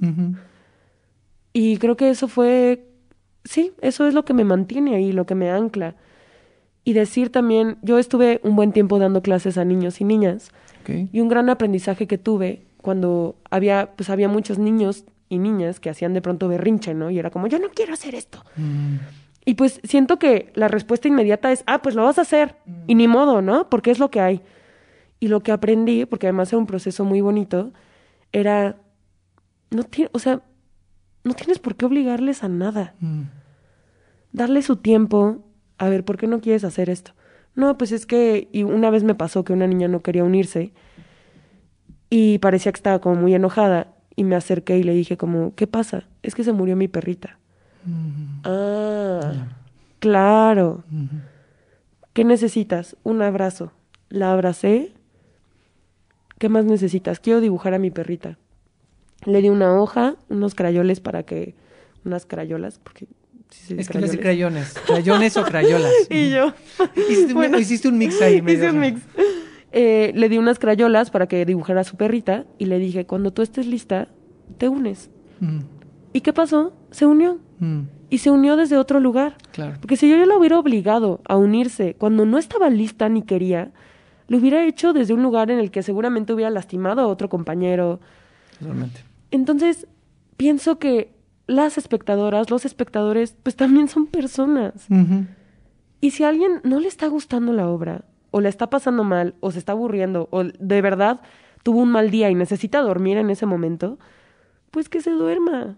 Y creo que eso eso es lo que me mantiene ahí, lo que me ancla. Y decir también, yo estuve un buen tiempo dando clases a niños y niñas. Okay. Y un gran aprendizaje que tuve cuando había muchos niños y niñas que hacían de pronto berrinche, ¿no? Y era como, yo no quiero hacer esto. Y pues siento que la respuesta inmediata es, pues lo vas a hacer. Y ni modo, ¿no? Porque es lo que hay. Y lo que aprendí, porque además era un proceso muy bonito, era, no tienes por qué obligarles a nada. Darle su tiempo, a ver, ¿por qué no quieres hacer esto? No, pues es que, y una vez me pasó que una niña no quería unirse y parecía que estaba como muy enojada y me acerqué y le dije como, ¿qué pasa? Es que se murió mi perrita. Claro. ¿Qué necesitas? Un abrazo. La abracé. ¿Qué más necesitas? Quiero dibujar a mi perrita. Le di una hoja, unos crayoles unas crayolas, porque es que no decir crayones. ¿Crayones o crayolas? Y yo. Hiciste un mix ahí. Hice un mix. Le di unas crayolas para que dibujara a su perrita y le dije, cuando tú estés lista, te unes. ¿Y qué pasó? Se unió. Y se unió desde otro lugar. Claro. Porque si yo la hubiera obligado a unirse cuando no estaba lista ni quería, lo hubiera hecho desde un lugar en el que seguramente hubiera lastimado a otro compañero. Totalmente. Entonces, pienso que las espectadoras, los espectadores, pues también son personas. Y si a alguien no le está gustando la obra, o le está pasando mal, o se está aburriendo, o de verdad tuvo un mal día y necesita dormir en ese momento, pues que se duerma.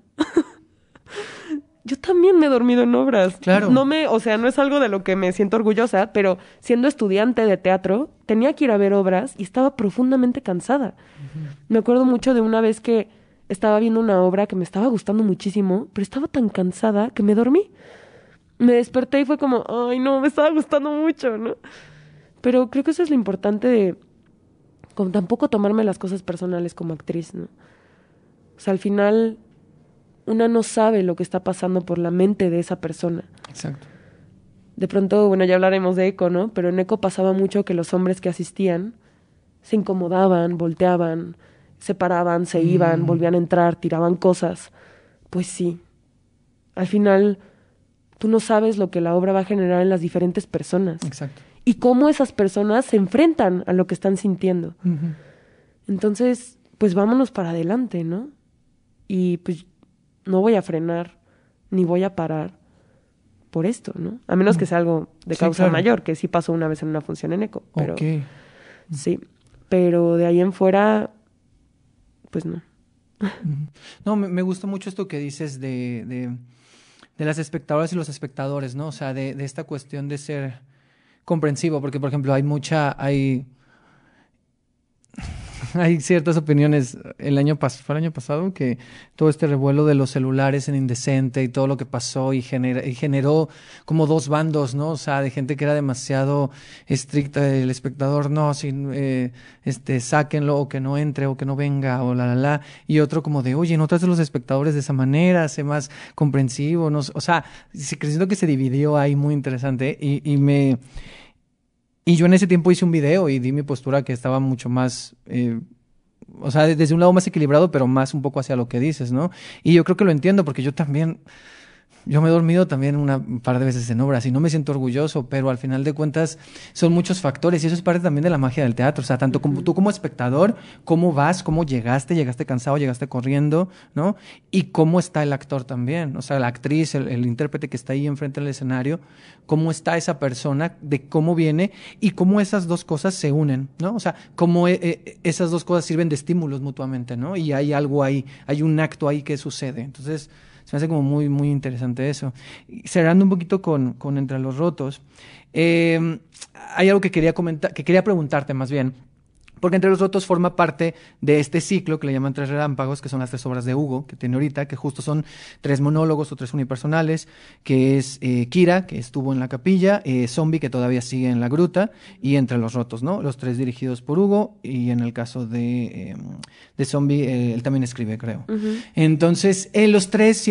Yo también me he dormido en obras. Claro. No es algo de lo que me siento orgullosa, pero siendo estudiante de teatro, tenía que ir a ver obras y estaba profundamente cansada. Me acuerdo mucho de una vez que estaba viendo una obra que me estaba gustando muchísimo, pero estaba tan cansada que me dormí. Me desperté y fue como, ay, no, me estaba gustando mucho, ¿no? Pero creo que eso es lo importante de como tampoco tomarme las cosas personales como actriz, ¿no? O sea, al final una no sabe lo que está pasando por la mente de esa persona. Exacto. De pronto, bueno, ya hablaremos de Eco, ¿no? Pero en Eco pasaba mucho que los hombres que asistían se incomodaban, volteaban, se paraban, se iban, volvían a entrar, tiraban cosas. Pues sí, al final tú no sabes lo que la obra va a generar en las diferentes personas. Exacto. Y cómo esas personas se enfrentan a lo que están sintiendo. Uh-huh. Entonces, pues vámonos para adelante, ¿no? Y pues no voy a frenar, ni voy a parar por esto, ¿no? A menos que sea algo de causa claro. mayor, que sí pasó una vez en una función en Eco. Pero, Ok. sí, pero de ahí en fuera, pues no. No, me gusta mucho esto que dices de las espectadoras y los espectadores, ¿no? O sea, de esta cuestión de ser comprensivo, porque, por ejemplo, hay ciertas opiniones. ¿Fue el año pasado? Que todo este revuelo de los celulares en Indecente y todo lo que pasó y generó como dos bandos, ¿no? O sea, de gente que era demasiado estricta, el espectador, no, sáquenlo, o que no entre, o que no venga, o y otro como de, oye, no trates a los espectadores de esa manera, sé más comprensivo, ¿no? O sea, siento que se dividió ahí muy interesante y yo en ese tiempo hice un video y di mi postura que estaba mucho más, o sea, desde un lado más equilibrado, pero más un poco hacia lo que dices, ¿no? Y yo creo que lo entiendo porque yo me he dormido también un par de veces en obras y no me siento orgulloso, pero al final de cuentas son muchos factores y eso es parte también de la magia del teatro. O sea, tanto como tú como espectador, cómo vas, cómo llegaste cansado, llegaste corriendo, ¿no? Y cómo está el actor también, o sea, la actriz, el intérprete que está ahí enfrente del escenario, cómo está esa persona, de cómo viene y cómo esas dos cosas se unen, ¿no? O sea, cómo esas dos cosas sirven de estímulos mutuamente, ¿no? Y hay algo ahí, hay un acto ahí que sucede. Entonces, se me hace como muy, muy interesante eso. Y cerrando un poquito con Entre los Rotos, hay algo que quería preguntarte más bien, porque Entre los Rotos forma parte de este ciclo que le llaman Tres Relámpagos, que son las 3 obras de Hugo que tiene ahorita, que justo son 3 monólogos o 3 unipersonales, que es Kira, que estuvo en la capilla, Zombie, que todavía sigue en la gruta, y Entre los Rotos, ¿no? Los 3 dirigidos por Hugo, y en el caso de Zombie, él también escribe, creo. Uh-huh. Entonces, los 3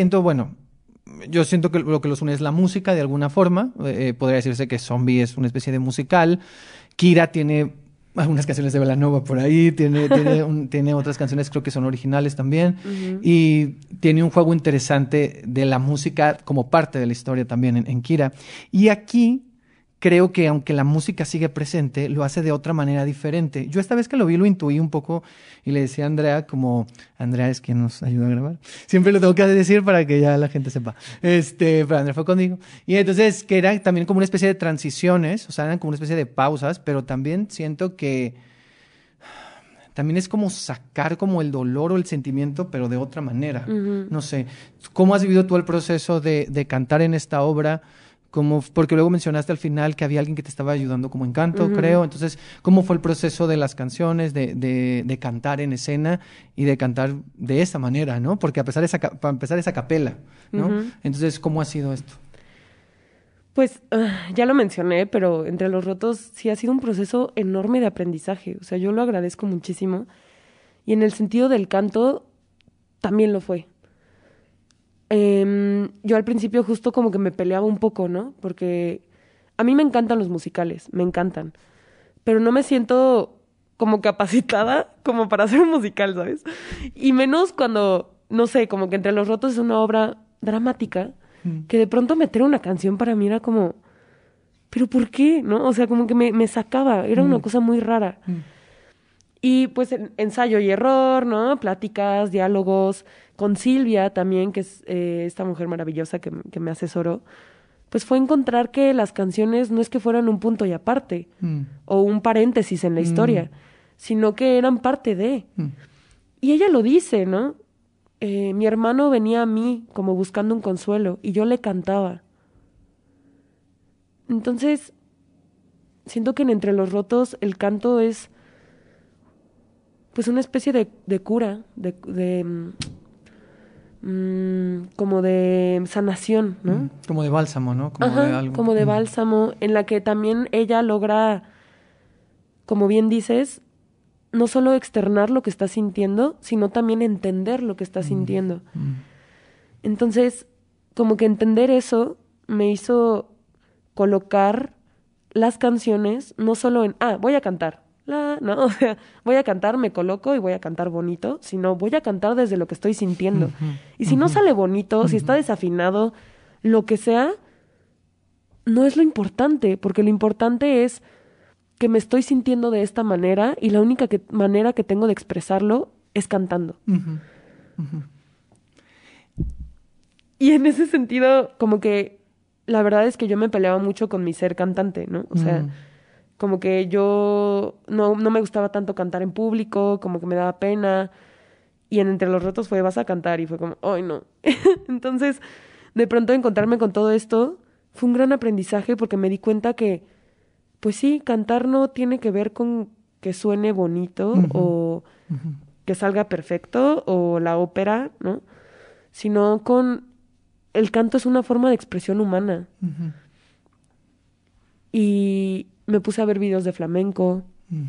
yo siento que lo que los une es la música de alguna forma. Podría decirse que Zombie es una especie de musical. Kira tiene algunas canciones de Belanova por ahí, tiene otras canciones creo que son originales también, uh-huh. Y tiene un juego interesante de la música como parte de la historia también en Kira. Y aquí creo que aunque la música sigue presente, lo hace de otra manera diferente. Yo esta vez que lo vi lo intuí un poco y le decía a Andrea, como Andrea es quien nos ayuda a grabar, siempre lo tengo que decir para que ya la gente sepa, pero Andrea fue conmigo, y entonces que era también como una especie de transiciones, o sea, eran como una especie de pausas, pero también siento que también es como sacar como el dolor o el sentimiento, pero de otra manera. Uh-huh. No sé, ¿cómo has vivido tú el proceso de cantar en esta obra? Porque luego mencionaste al final que había alguien que te estaba ayudando como en canto, uh-huh. creo. Entonces, ¿cómo fue el proceso de las canciones, de cantar en escena y de cantar de esa manera, ¿no? Porque para empezar es a capela, ¿no? Uh-huh. Entonces, ¿cómo ha sido esto? Pues ya lo mencioné, pero Entre los Rotos sí ha sido un proceso enorme de aprendizaje. O sea, yo lo agradezco muchísimo. Y en el sentido del canto, también lo fue. Yo al principio justo como que me peleaba un poco, ¿no? Porque a mí me encantan los musicales, me encantan. Pero no me siento como capacitada como para hacer un musical, ¿sabes? Y menos cuando, no sé, como que Entre los Rotos es una obra dramática, que de pronto meter una canción para mí era como, ¿pero por qué? ¿No? O sea, como que me sacaba, era una cosa muy rara. Y pues ensayo y error, ¿no? Pláticas, diálogos, con Silvia también, que es esta mujer maravillosa que me asesoró, pues fue encontrar que las canciones no es que fueran un punto y aparte, o un paréntesis en la historia, sino que eran parte de. Y ella lo dice, ¿no? Mi hermano venía a mí como buscando un consuelo y yo le cantaba. Entonces, siento que en Entre los Rotos el canto es pues una especie de cura, como de sanación, ¿no? Como de bálsamo, ¿no? Como Ajá, de algo. como de bálsamo, en la que también ella logra, como bien dices, no solo externar lo que está sintiendo, sino también entender lo que está sintiendo. Entonces, como que entender eso me hizo colocar las canciones no solo en, voy a cantar, no, o sea, voy a cantar, me coloco y voy a cantar bonito, sino voy a cantar desde lo que estoy sintiendo. Y si no sale bonito, si está desafinado, lo que sea, no es lo importante, porque lo importante es que me estoy sintiendo de esta manera y la única manera que tengo de expresarlo es cantando. Y en ese sentido, como que la verdad es que yo me peleaba mucho con mi ser cantante, ¿no? O sea, como que yo no me gustaba tanto cantar en público, como que me daba pena. Y en Entre los Rotos fue, vas a cantar, y fue como, ay, no. Entonces, de pronto encontrarme con todo esto fue un gran aprendizaje porque me di cuenta que, pues sí, cantar no tiene que ver con que suene bonito o que salga perfecto o la ópera, ¿no? Sino con... El canto es una forma de expresión humana. Y me puse a ver videos de flamenco,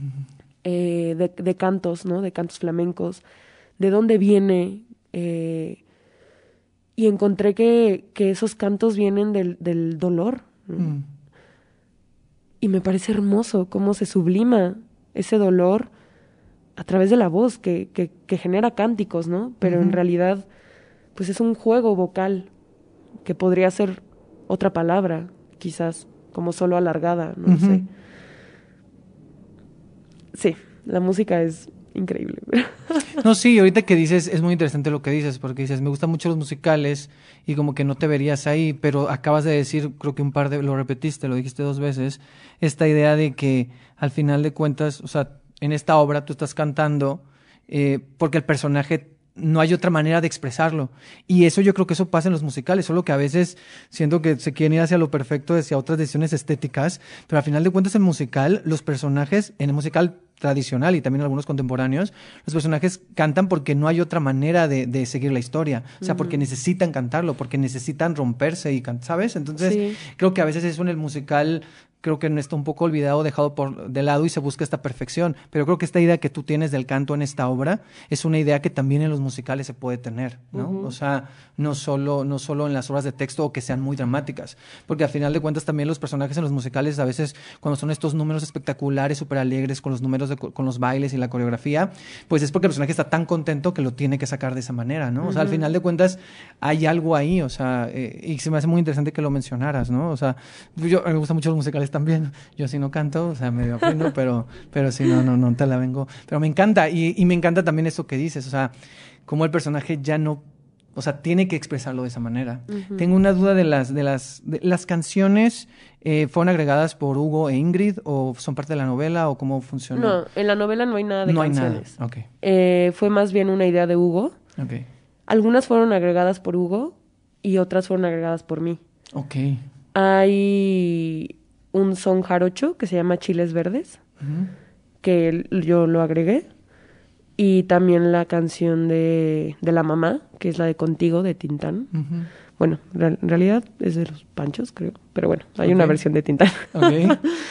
de cantos, ¿no? De cantos flamencos, de dónde viene. Y encontré que esos cantos vienen del dolor, ¿no? Y me parece hermoso cómo se sublima ese dolor a través de la voz, que genera cánticos, ¿no? Pero en realidad, pues es un juego vocal que podría ser otra palabra, quizás, como solo alargada, no sé. Sí, la música es increíble. No, sí, ahorita que dices, es muy interesante lo que dices, porque dices, me gustan mucho los musicales y como que no te verías ahí, pero acabas de decir, creo que lo repetiste, lo dijiste 2 veces, esta idea de que al final de cuentas, o sea, en esta obra tú estás cantando porque el personaje no hay otra manera de expresarlo. Y eso yo creo que eso pasa en los musicales, solo que a veces siento que se quieren ir hacia lo perfecto, hacia otras decisiones estéticas, pero al final de cuentas en musical, los personajes, en el musical tradicional y también algunos contemporáneos, los personajes cantan porque no hay otra manera de seguir la historia. O sea, porque necesitan cantarlo, porque necesitan romperse y ¿sabes? Entonces, creo que a veces eso en el musical... creo que está un poco olvidado, dejado de lado y se busca esta perfección. Pero creo que esta idea que tú tienes del canto en esta obra es una idea que también en los musicales se puede tener, ¿no? O sea, no solo en las obras de texto o que sean muy dramáticas. Porque al final de cuentas también los personajes en los musicales a veces cuando son estos números espectaculares, súper alegres, con los números, con los bailes y la coreografía, pues es porque el personaje está tan contento que lo tiene que sacar de esa manera, ¿no? O sea, al final de cuentas hay algo ahí, o sea, y se me hace muy interesante que lo mencionaras, ¿no? O sea, me gustan mucho los musicales también. Yo sí no canto, o sea, medio aprendo, pero sí, no te la vengo. Pero me encanta, y me encanta también eso que dices, o sea, cómo el personaje ya no, o sea, tiene que expresarlo de esa manera. Tengo una duda de las canciones, ¿fueron agregadas por Hugo e Ingrid o son parte de la novela o cómo funciona? No, en la novela no hay nada de canciones. No hay nada, okay. Fue más bien una idea de Hugo. Okay. Algunas fueron agregadas por Hugo y otras fueron agregadas por mí. Okay. Hay un son jarocho que se llama Chiles Verdes, que yo lo agregué. Y también la canción de La Mamá, que es la de Contigo, de Tintán. Bueno, en realidad es de los Panchos, creo. Pero bueno, hay una versión de Tintán. Okay.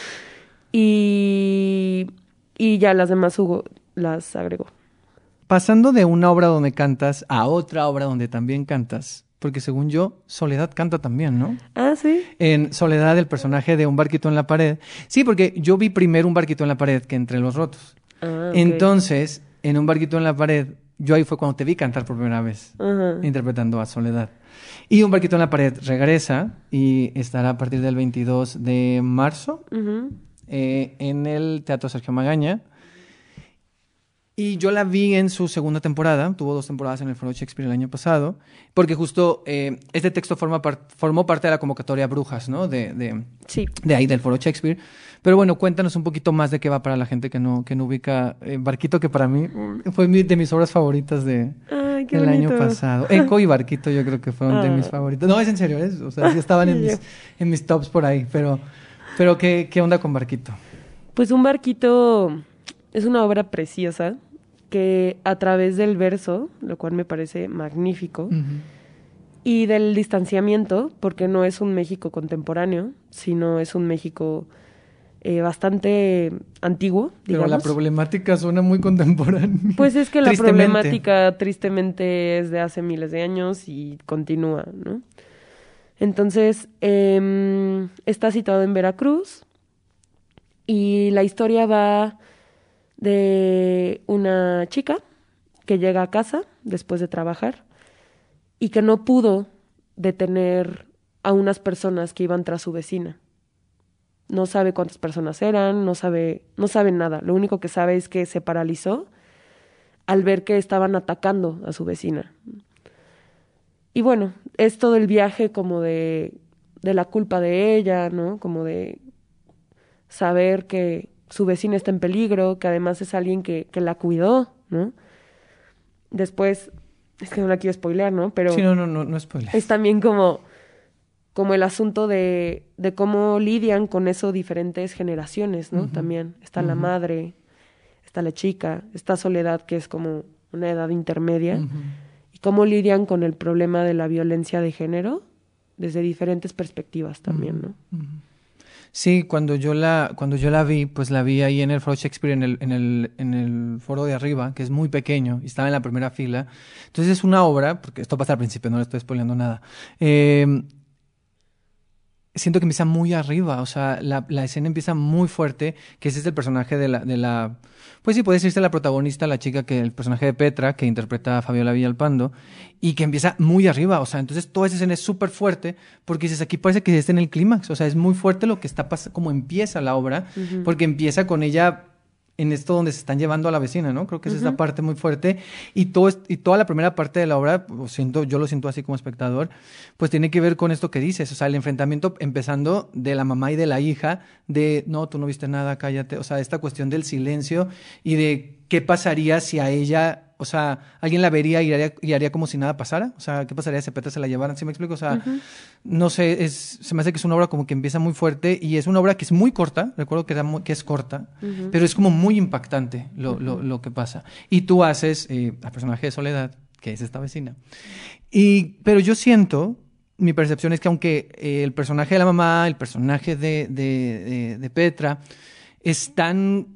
y ya las demás Hugo las agregó. Pasando de una obra donde cantas a otra obra donde también cantas, porque según yo, Soledad canta también, ¿no? Ah, ¿sí? En Soledad, el personaje de Un barquito en la pared. Sí, porque yo vi primero Un barquito en la pared que Entre los Rotos. Ah, okay. Entonces, en Un barquito en la pared, yo ahí fue cuando te vi cantar por primera vez, interpretando a Soledad. Y Un barquito en la pared regresa y estará a partir del 22 de marzo en el Teatro Sergio Magaña. Y yo la vi en su segunda temporada, tuvo 2 temporadas en el Foro Shakespeare el año pasado, porque justo este texto formó parte de la convocatoria Brujas, ¿no? Sí. De ahí, del Foro Shakespeare. Pero bueno, cuéntanos un poquito más de qué va para la gente que no ubica Barquito, que para mí fue de mis obras favoritas del año pasado. Eco y Barquito yo creo que fueron de mis favoritos. No, es en serio, o sea, sí estaban en mis tops por ahí, pero ¿qué onda con Barquito? Pues Un barquito es una obra preciosa que a través del verso, lo cual me parece magnífico, y del distanciamiento, porque no es un México contemporáneo, sino es un México bastante antiguo, digamos. Pero la problemática suena muy contemporánea. Pues es que la problemática tristemente es de hace miles de años y continúa, ¿no? Entonces, está situado en Veracruz y la historia va de una chica que llega a casa después de trabajar y que no pudo detener a unas personas que iban tras su vecina. No sabe cuántas personas eran, no sabe nada. Lo único que sabe es que se paralizó al ver que estaban atacando a su vecina. Y bueno, es todo el viaje como de la culpa de ella, ¿no? Como de saber que su vecina está en peligro, que además es alguien que la cuidó, ¿no? Después, es que no la quiero spoilear, ¿no? Pero sí, no spoiler. Es también como el asunto de cómo lidian con eso diferentes generaciones, ¿no? También está la madre, está la chica, está Soledad, que es como una edad intermedia, y cómo lidian con el problema de la violencia de género desde diferentes perspectivas también, ¿no? Sí, cuando yo la vi, pues la vi ahí en el Foro Shakespeare, en el foro de arriba, que es muy pequeño, y estaba en la primera fila. Entonces es una obra, porque esto pasa al principio, no le estoy spoileando nada. Siento que empieza muy arriba, o sea, la escena empieza muy fuerte, que ese es el personaje de la pues sí, puede decirse la protagonista, la chica, el personaje de Petra, que interpreta a Fabiola Villalpando, y que empieza muy arriba, o sea, entonces toda esa escena es súper fuerte, porque dices, aquí parece que está en el clímax, o sea, es muy fuerte lo que está pasando, como empieza la obra, porque empieza con ella en esto donde se están llevando a la vecina, ¿no? Creo que esa es la parte muy fuerte. Y toda la primera parte de la obra, yo lo siento así como espectador, pues tiene que ver con esto que dices. O sea, el enfrentamiento empezando de la mamá y de la hija, de no, tú no viste nada, cállate. O sea, esta cuestión del silencio y de qué pasaría si a ella, o sea, alguien la vería y haría como si nada pasara. O sea, ¿qué pasaría si a Petra se la llevaran? ¿Sí me explico? O sea, no sé, se me hace que es una obra como que empieza muy fuerte y es una obra que es muy corta. Recuerdo que es corta, pero es como muy impactante lo que pasa. Y tú haces al personaje de Soledad, que es esta vecina. Pero yo siento, mi percepción es que aunque el personaje de la mamá, el personaje de Petra, están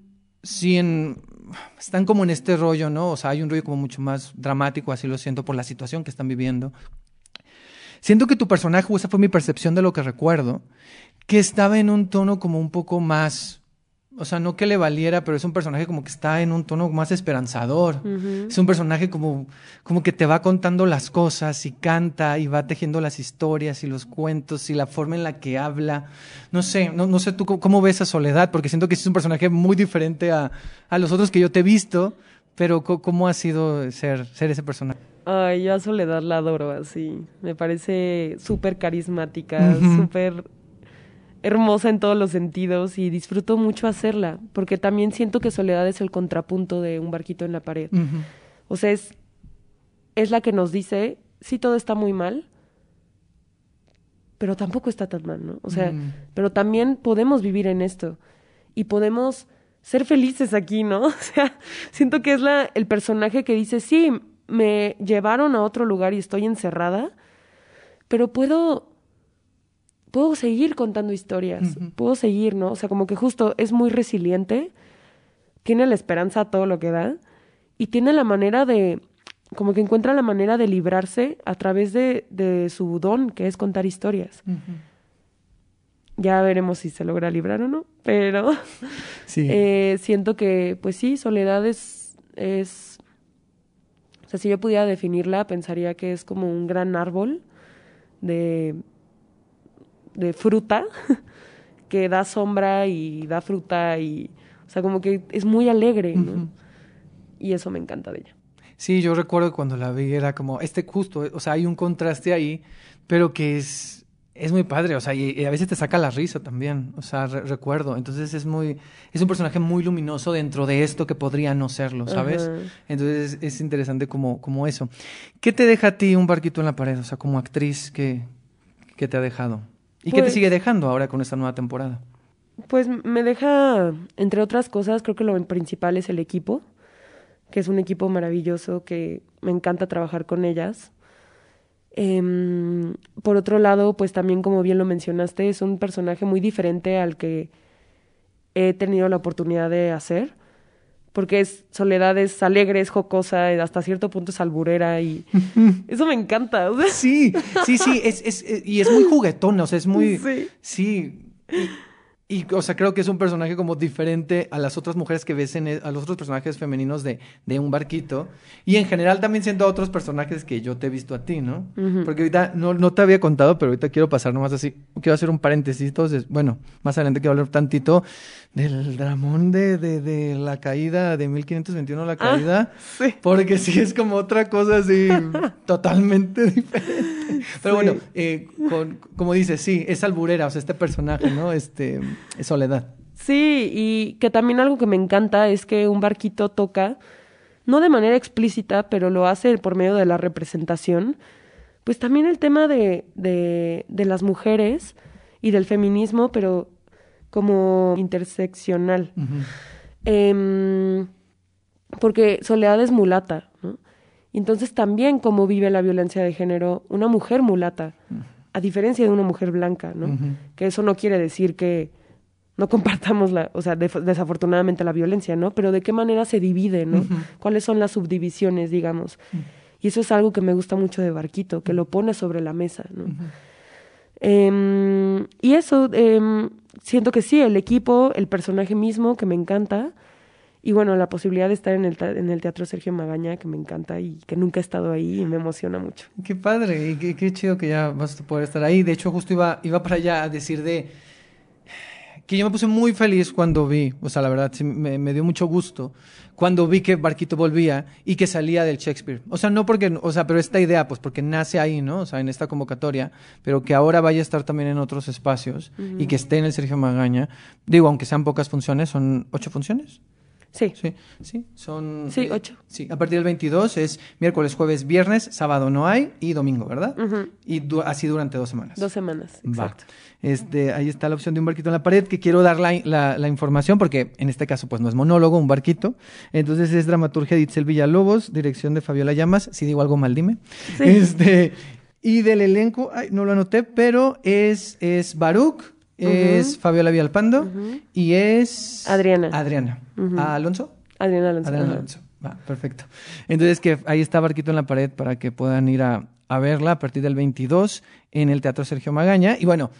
como en este rollo, ¿no? O sea, hay un rollo como mucho más dramático, así lo siento, por la situación que están viviendo. Siento que tu personaje, o esa fue mi percepción de lo que recuerdo, que estaba en un tono como un poco más, o sea, no que le valiera, pero es un personaje como que está en un tono más esperanzador. Es un personaje como que te va contando las cosas y canta y va tejiendo las historias y los cuentos y la forma en la que habla. No sé tú cómo ves a Soledad, porque siento que es un personaje muy diferente a los otros que yo te he visto, pero ¿cómo ha sido ser ese personaje? Ay, yo a Soledad la adoro así. Me parece súper carismática, súper hermosa en todos los sentidos y disfruto mucho hacerla, porque también siento que Soledad es el contrapunto de Un barquito en la pared. O sea, es la que nos dice, sí, todo está muy mal, pero tampoco está tan mal, ¿no? O sea, pero también podemos vivir en esto y podemos ser felices aquí, ¿no? O sea, siento que es el personaje que dice, sí, me llevaron a otro lugar y estoy encerrada, pero puedo seguir contando historias, puedo seguir, ¿no? O sea, como que justo es muy resiliente, tiene la esperanza a todo lo que da y tiene la manera como que encuentra la manera de librarse a través de su don, que es contar historias. Ya veremos si se logra librar o no, pero sí. Siento que, pues sí, Soledad es... O sea, si yo pudiera definirla, pensaría que es como un gran árbol de fruta que da sombra y da fruta y, o sea, como que es muy alegre, ¿no? Y eso me encanta de ella. Sí, yo recuerdo que cuando la vi era como justo, o sea, hay un contraste ahí, pero que es muy padre, o sea, y a veces te saca la risa también, o sea, recuerdo, entonces es un personaje muy luminoso dentro de esto que podría no serlo, ¿sabes? Entonces es interesante como eso. ¿Qué te deja a ti Un barquito en la pared? O sea, como actriz, ¿qué te ha dejado? ¿Y qué te sigue dejando ahora con esta nueva temporada? Pues me deja, entre otras cosas, creo que lo principal es el equipo, que es un equipo maravilloso, que me encanta trabajar con ellas. Por otro lado, pues también, como bien lo mencionaste, es un personaje muy diferente al que he tenido la oportunidad de hacer, porque Soledad es alegre, es jocosa, hasta cierto punto es alburera y eso me encanta. O sea. Sí, y es muy juguetona, o sea, es muy... Sí. Sí, o sea, creo que es un personaje como diferente a las otras mujeres que ves a los otros personajes femeninos de un barquito. Y en general también siendo otros personajes que yo te he visto a ti, ¿no? Ujú. Porque ahorita no te había contado, pero ahorita quiero pasar nomás así. Quiero hacer un paréntesis. Entonces, bueno, más adelante quiero hablar tantito del dramón de la caída de 1521, la caída. Sí. Porque sí es como otra cosa así totalmente diferente. Pero Sí. bueno, como dices, sí, es alburera, o sea, este personaje, ¿no? Es Soledad. Sí, y que también algo que me encanta es que un barquito toca, no de manera explícita, pero lo hace por medio de la representación, pues también el tema de las mujeres y del feminismo, pero como interseccional. Uh-huh. Porque Soledad es mulata, ¿no? Y entonces también cómo vive la violencia de género una mujer mulata, a diferencia de una mujer blanca, ¿no? Uh-huh. Que eso no quiere decir que no compartamos desafortunadamente la violencia, ¿no? Pero de qué manera se divide, ¿no? Uh-huh. ¿Cuáles son las subdivisiones, digamos? Uh-huh. Y eso es algo que me gusta mucho de Barquito, que lo pone sobre la mesa, ¿no? Uh-huh. Y eso, siento que sí, el equipo, el personaje mismo, que me encanta, y bueno, la posibilidad de estar en el Teatro Sergio Magaña, que me encanta y que nunca he estado ahí y me emociona mucho. Qué padre, y qué chido que ya vas a poder estar ahí. De hecho, justo iba para allá a decir que yo me puse muy feliz cuando vi, o sea, la verdad, sí, me dio mucho gusto cuando vi que Barquito volvía y que salía del Shakespeare. O sea, no porque, o sea, pero esta idea, pues porque nace ahí, ¿no? O sea, en esta convocatoria, pero que ahora vaya a estar también en otros espacios y que esté en el Sergio Magaña. Digo, aunque sean pocas funciones, ¿son 8 funciones? Sí. Son... Sí, 8. Sí, a partir del 22 es miércoles, jueves, viernes, sábado no hay y domingo, ¿verdad? Uh-huh. Y así durante 2 semanas. 2 semanas, exacto. Ahí está la opción de un barquito en la pared, que quiero dar la información, porque en este caso pues no es monólogo, un barquito. Entonces es dramaturgia de Itzel Villalobos, dirección de Fabiola Llamas, si digo algo mal dime. Sí. Y del elenco, no lo anoté, pero es Baruch, es Fabiola Villalpando y es... Adriana. ¿Alonso? Adriana Alonso. Adriana Alonso. Va, perfecto. Entonces que ahí está Barquito en la pared para que puedan ir a verla a partir del 22 en el Teatro Sergio Magaña. Y bueno,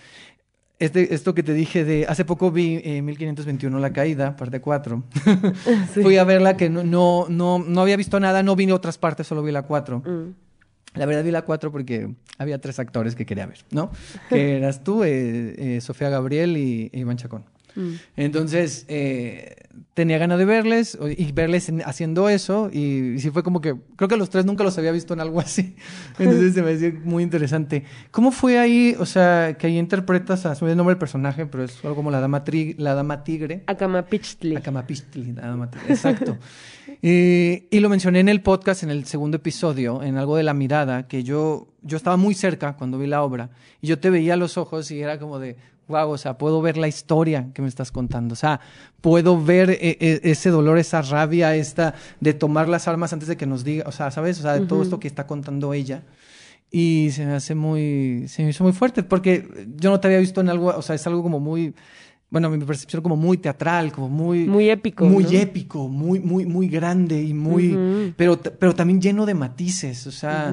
esto que te dije de... Hace poco vi 1521 La Caída, parte 4. Sí. Fui a verla que no había visto nada, no vi otras partes, solo vi la 4. La verdad vi la 4 porque había 3 actores que quería ver, ¿no? Que eras tú, Sofía Gabriel y Iván Chacón. Entonces, tenía ganas de verles y verles haciendo eso y sí fue como que, creo que los 3 nunca los había visto en algo así. Entonces se me hacía muy interesante. ¿Cómo fue ahí, o sea, que ahí interpretas, se me olvidó el nombre del personaje, pero es algo como la dama tigre? Acamapichtli, la dama tigre, exacto. Y lo mencioné en el podcast, en el segundo episodio, en algo de la mirada, que yo estaba muy cerca cuando vi la obra y yo te veía a los ojos y era como de... Wow, o sea, puedo ver la historia que me estás contando. O sea, puedo ver ese dolor, esa rabia, de tomar las armas antes de que nos diga, o sea, ¿sabes? O sea, de todo esto que está contando ella. Y se me hizo muy fuerte, porque yo no te había visto en algo, o sea, es algo como muy, bueno, mi percepción como muy teatral, como muy épico. Muy ¿no? épico, muy grande y muy, pero también lleno de matices. O sea,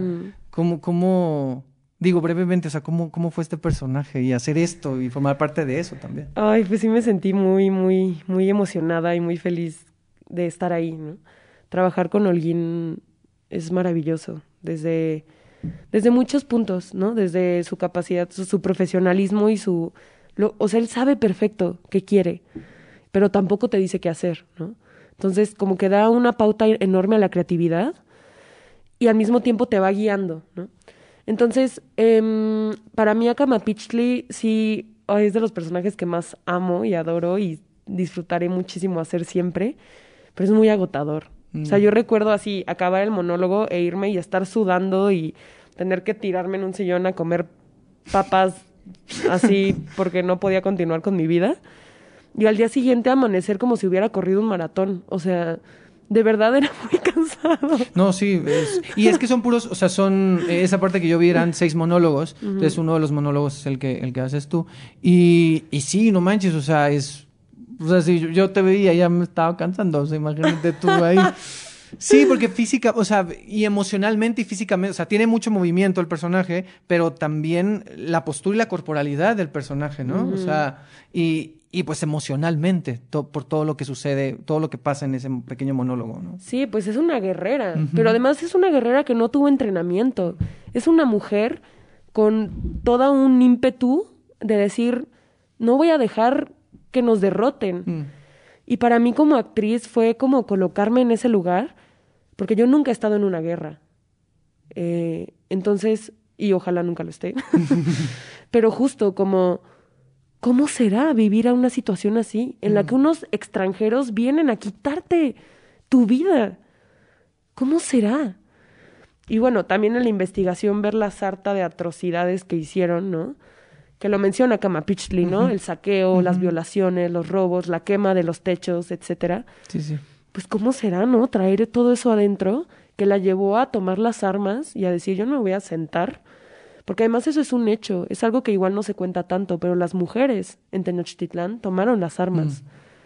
como digo, brevemente, o sea, ¿cómo fue este personaje y hacer esto y formar parte de eso también? Ay, pues sí me sentí muy emocionada y muy feliz de estar ahí, ¿no? Trabajar con Holguín es maravilloso, desde muchos puntos, ¿no? Desde su capacidad, su profesionalismo y o sea, él sabe perfecto qué quiere, pero tampoco te dice qué hacer, ¿no? Entonces, como que da una pauta enorme a la creatividad y al mismo tiempo te va guiando, ¿no? Entonces, para mí Acamapichtli sí es de los personajes que más amo y adoro y disfrutaré muchísimo hacer siempre, pero es muy agotador. O sea, yo recuerdo así acabar el monólogo e irme y estar sudando y tener que tirarme en un sillón a comer papas así porque no podía continuar con mi vida. Y al día siguiente amanecer como si hubiera corrido un maratón. O sea, de verdad era muy cansado. No, sí, y es que son puros, o sea, esa parte que yo vi eran 6 monólogos, entonces uno de los monólogos es el que haces tú, y sí, no manches, o sea, o sea, si yo te veía, ya me estaba cansando, o sea, imagínate tú ahí. Sí, porque física, o sea, y emocionalmente y físicamente, o sea, tiene mucho movimiento el personaje, pero también la postura y la corporalidad del personaje, ¿no? O sea, y pues emocionalmente, por todo lo que sucede, todo lo que pasa en ese pequeño monólogo, ¿no? Sí, pues es una guerrera, pero además es una guerrera que no tuvo entrenamiento. Es una mujer con todo un ímpetu de decir, no voy a dejar que nos derroten. Y para mí como actriz fue como colocarme en ese lugar, porque yo nunca he estado en una guerra. Entonces, y ojalá nunca lo esté. Pero justo como, ¿cómo será vivir a una situación así? En la que unos extranjeros vienen a quitarte tu vida. ¿Cómo será? Y bueno, también en la investigación ver la sarta de atrocidades que hicieron, ¿no? Que lo menciona Kamapichli, ¿no? El saqueo, las violaciones, los robos, la quema de los techos, etcétera. Sí, sí. Pues ¿cómo será, no? Traer todo eso adentro que la llevó a tomar las armas y a decir, yo no me voy a sentar. Porque además eso es un hecho, es algo que igual no se cuenta tanto, pero las mujeres en Tenochtitlán tomaron las armas.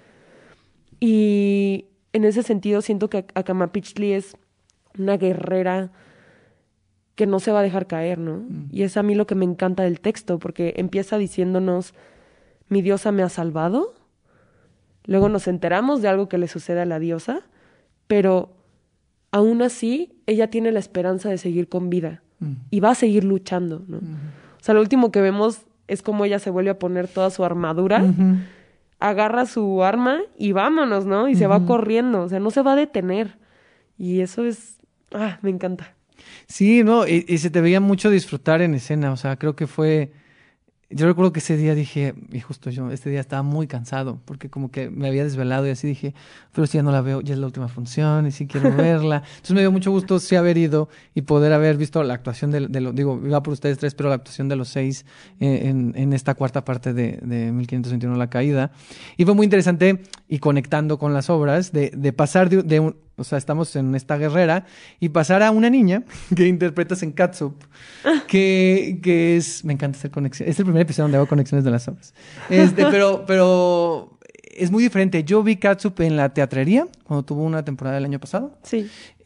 Y en ese sentido siento que Akamapichli es una guerrera que no se va a dejar caer, ¿no? Y es a mí lo que me encanta del texto, porque empieza diciéndonos, mi diosa me ha salvado, luego nos enteramos de algo que le sucede a la diosa, pero aún así ella tiene la esperanza de seguir con vida y va a seguir luchando, ¿no? O sea, lo último que vemos es como ella se vuelve a poner toda su armadura, agarra su arma y vámonos, ¿no? Y se va corriendo, o sea, no se va a detener. Y eso es... me encanta. Sí, no, y se te veía mucho disfrutar en escena, o sea, creo que fue... Yo recuerdo que ese día dije, y justo yo, este día estaba muy cansado, porque como que me había desvelado y así dije, pero si ya no la veo, ya es la última función y sí quiero verla. Entonces me dio mucho gusto sí haber ido y poder haber visto la actuación digo, iba por ustedes 3, pero la actuación de los 6 en esta cuarta parte de 1521 La Caída. Y fue muy interesante y conectando con las obras de pasar de un... O sea, estamos en esta guerrera y pasar a una niña que interpretas en Catsup, que es... Me encanta hacer conexiones. Es el primer episodio donde hago conexiones de las obras. Pero es muy diferente. Yo vi Catsup en la teatrería, cuando tuvo una temporada el año pasado. Sí.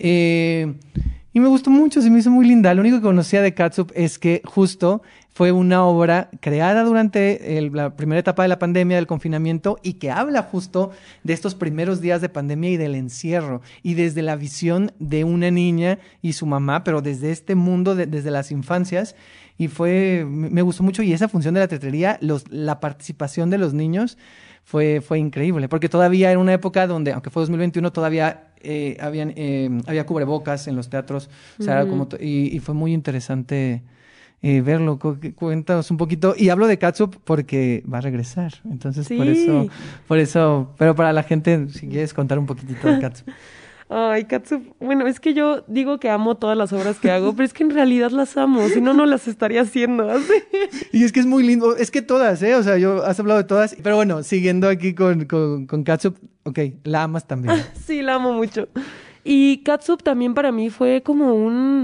Y me gustó mucho, se me hizo muy linda. Lo único que conocía de Catsup es que justo fue una obra creada durante la primera etapa de la pandemia, del confinamiento, y que habla justo de estos primeros días de pandemia y del encierro, y desde la visión de una niña y su mamá, pero desde este mundo, desde las infancias, y me gustó mucho, y esa función de la teatrería, la participación de los niños fue increíble, porque todavía era una época donde, aunque fue 2021, todavía había cubrebocas en los teatros, o sea, era como y fue muy interesante verlo. Cuéntanos un poquito, y hablo de Catsup porque va a regresar, entonces sí. por eso, pero para la gente, si quieres contar un poquitito de Catsup. Ay, Catsup, bueno, es que yo digo que amo todas las obras que hago, pero es que en realidad las amo, si no, no las estaría haciendo así. Y es que es muy lindo, es que todas, o sea, has hablado de todas, pero bueno, siguiendo aquí con Catsup, ok, la amas también. Sí, la amo mucho. Y Catsup también para mí fue como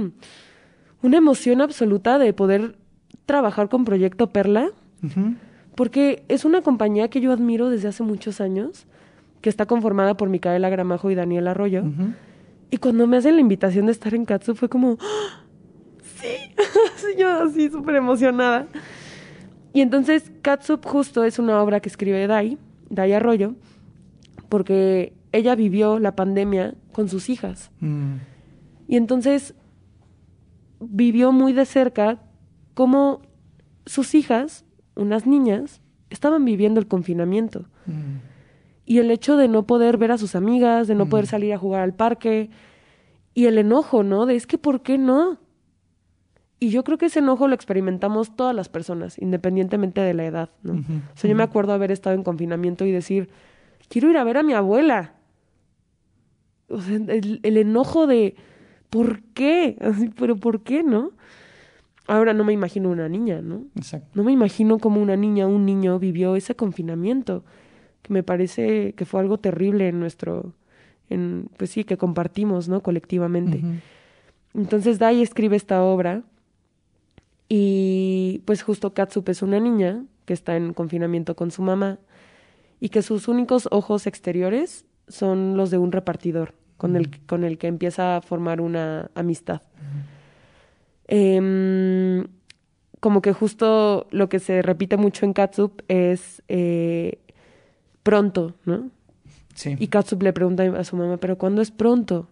una emoción absoluta de poder trabajar con Proyecto Perla, porque es una compañía que yo admiro desde hace muchos años, que está conformada por Micaela Gramajo y Daniel Arroyo. Y cuando me hacen la invitación de estar en Catsup fue como, ¡oh! ¡Sí! Sí, yo así súper emocionada. Y entonces Catsup justo es una obra que escribe Day Arroyo, porque ella vivió la pandemia con sus hijas. Y entonces vivió muy de cerca cómo sus hijas, unas niñas, estaban viviendo el confinamiento. Y el hecho de no poder ver a sus amigas, de no poder salir a jugar al parque, y el enojo, ¿no? De es que ¿por qué no? Y yo creo que ese enojo lo experimentamos todas las personas, independientemente de la edad, ¿no? O sea, yo me acuerdo haber estado en confinamiento y decir, quiero ir a ver a mi abuela. O sea, el enojo de, ¿por qué? Así, pero ¿por qué, no? Ahora no me imagino una niña, ¿no? Exacto. No me imagino cómo una niña o un niño vivió ese confinamiento, que me parece que fue algo terrible en pues sí, que compartimos, ¿no? Colectivamente. Ujú. Entonces Dai escribe esta obra y pues justo Katsup es una niña que está en confinamiento con su mamá y que sus únicos ojos exteriores son los de un repartidor con el que empieza a formar una amistad. Como que justo lo que se repite mucho en Katsup es pronto, ¿no? Sí. Y Katsup le pregunta a su mamá, ¿pero cuándo es pronto?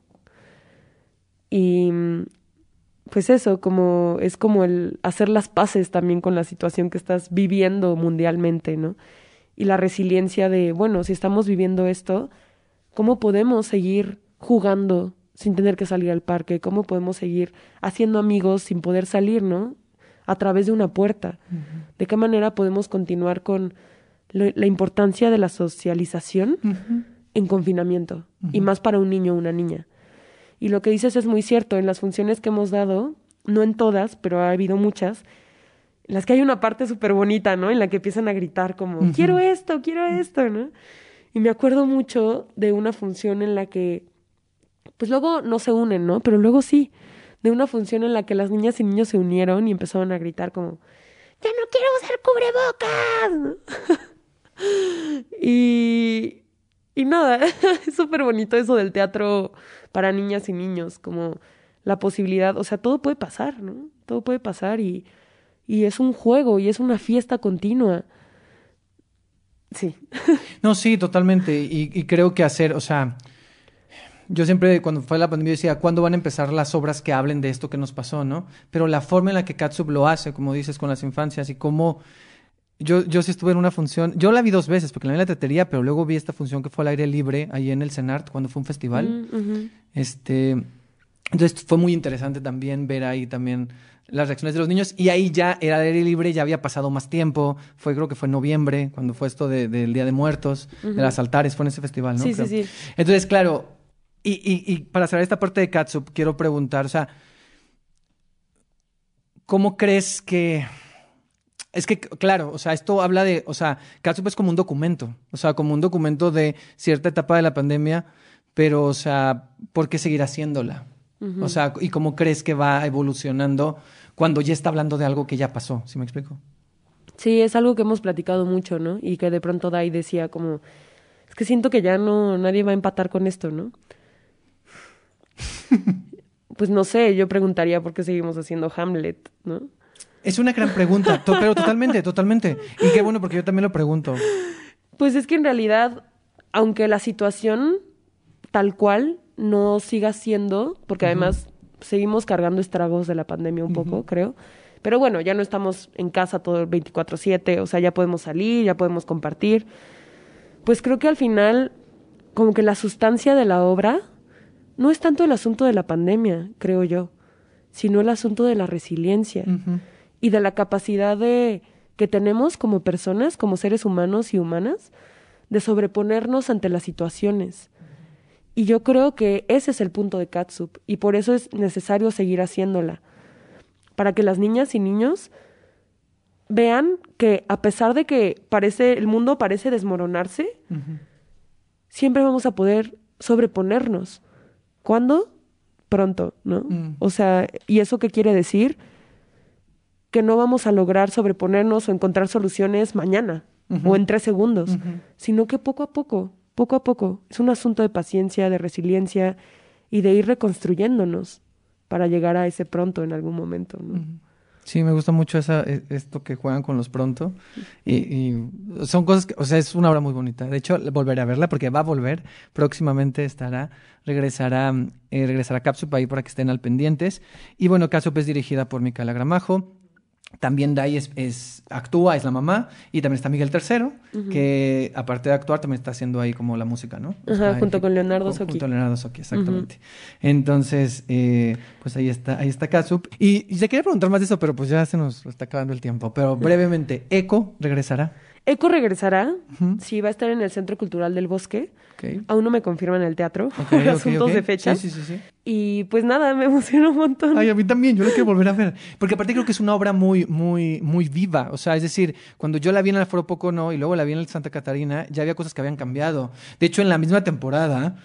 Y pues eso, es como el hacer las paces también con la situación que estás viviendo mundialmente, ¿no? Y la resiliencia de, bueno, si estamos viviendo esto, ¿cómo podemos seguir jugando sin tener que salir al parque? ¿Cómo podemos seguir haciendo amigos sin poder salir, ¿no? A través de una puerta. ¿De qué manera podemos continuar con la importancia de la socialización en confinamiento? Y más para un niño o una niña. Y lo que dices es muy cierto. En las funciones que hemos dado, no en todas, pero ha habido muchas, en las que hay una parte súper bonita, ¿no? En la que empiezan a gritar como, quiero esto, ¿no? Y me acuerdo mucho de una función en la que, pues luego no se unen, ¿no? Pero luego sí, de una función en la que las niñas y niños se unieron y empezaron a gritar como, ¡ya no quiero usar cubrebocas! ¿no? Y nada, es súper bonito eso del teatro para niñas y niños, como la posibilidad, o sea, todo puede pasar, ¿no? Todo puede pasar y es un juego y es una fiesta continua. Sí. No, sí, totalmente. Y creo que o sea, yo siempre cuando fue la pandemia decía, ¿cuándo van a empezar las obras que hablen de esto que nos pasó, no? Pero la forma en la que Katsup lo hace, como dices, con las infancias y cómo... Yo sí estuve en una función, yo la vi 2 veces, porque la vi en la teatería, pero luego vi esta función que fue al aire libre, ahí en el CENART, cuando fue un festival. Entonces fue muy interesante también ver ahí también las reacciones de los niños, y ahí ya era al aire libre, ya había pasado más tiempo, creo que fue en noviembre, cuando fue esto del Día de Muertos, de las altares, fue en ese festival, ¿no? Sí, Creo. sí. Entonces, claro, y para cerrar esta parte de Katsup, quiero preguntar, o sea, ¿cómo crees que...? Es que, claro, o sea, esto habla de, o sea, Katsup es como un documento, o sea, como un documento de cierta etapa de la pandemia, pero, o sea, ¿por qué seguir haciéndola? O sea, ¿y cómo crees que va evolucionando cuando ya está hablando de algo que ya pasó? ¿Sí me explico? Sí, es algo que hemos platicado mucho, ¿no? Y que de pronto Dai decía como, es que siento que ya nadie va a empatar con esto, ¿no? Pues no sé, yo preguntaría por qué seguimos haciendo Hamlet, ¿no? Es una gran pregunta, pero totalmente. Y qué bueno, porque yo también lo pregunto. Pues es que en realidad, aunque la situación tal cual no siga siendo, porque además seguimos cargando estragos de la pandemia un poco, creo. Pero bueno, ya no estamos en casa todo el 24/7, o sea, ya podemos salir, ya podemos compartir. Pues creo que al final, como que la sustancia de la obra no es tanto el asunto de la pandemia, creo yo, sino el asunto de la resiliencia. Y de la capacidad que tenemos como personas, como seres humanos y humanas, de sobreponernos ante las situaciones. Y yo creo que ese es el punto de Katsup, y por eso es necesario seguir haciéndola, para que las niñas y niños vean que a pesar de que el mundo parece desmoronarse, siempre vamos a poder sobreponernos. ¿Cuándo? Pronto, ¿no? O sea, ¿y eso qué quiere decir? Que no vamos a lograr sobreponernos o encontrar soluciones mañana o en 3 segundos, sino que poco a poco. Es un asunto de paciencia, de resiliencia y de ir reconstruyéndonos para llegar a ese pronto en algún momento, ¿no? Sí, me gusta mucho esto que juegan con los pronto. Y son cosas que, o sea, es una obra muy bonita. De hecho, volveré a verla porque va a volver. Próximamente regresará Katsup ahí para que estén al pendientes. Y bueno, Katsup es dirigida por Micaela Gramajo. También Dai actúa, es la mamá, y también está Miguel Tercero, que aparte de actuar también está haciendo ahí como la música, ¿no? Junto con Leonardo Socchi. Junto a Leonardo Socchi, exactamente. Entonces, pues ahí está Katsup. Y ya quería preguntar más de eso, pero pues ya se nos está acabando el tiempo. Pero brevemente, ¿Eco regresará? Eco regresará, sí, va a estar en el Centro Cultural del Bosque. Okay. Aún no me confirman el teatro, por asuntos de fecha. Sí. Y pues nada, me emociona un montón. Ay, a mí también, yo lo quiero volver a ver. Porque aparte creo que es una obra muy, muy, muy viva. O sea, es decir, cuando yo la vi en el Foro Pocono y luego la vi en el Santa Catarina, ya había cosas que habían cambiado. De hecho, en la misma temporada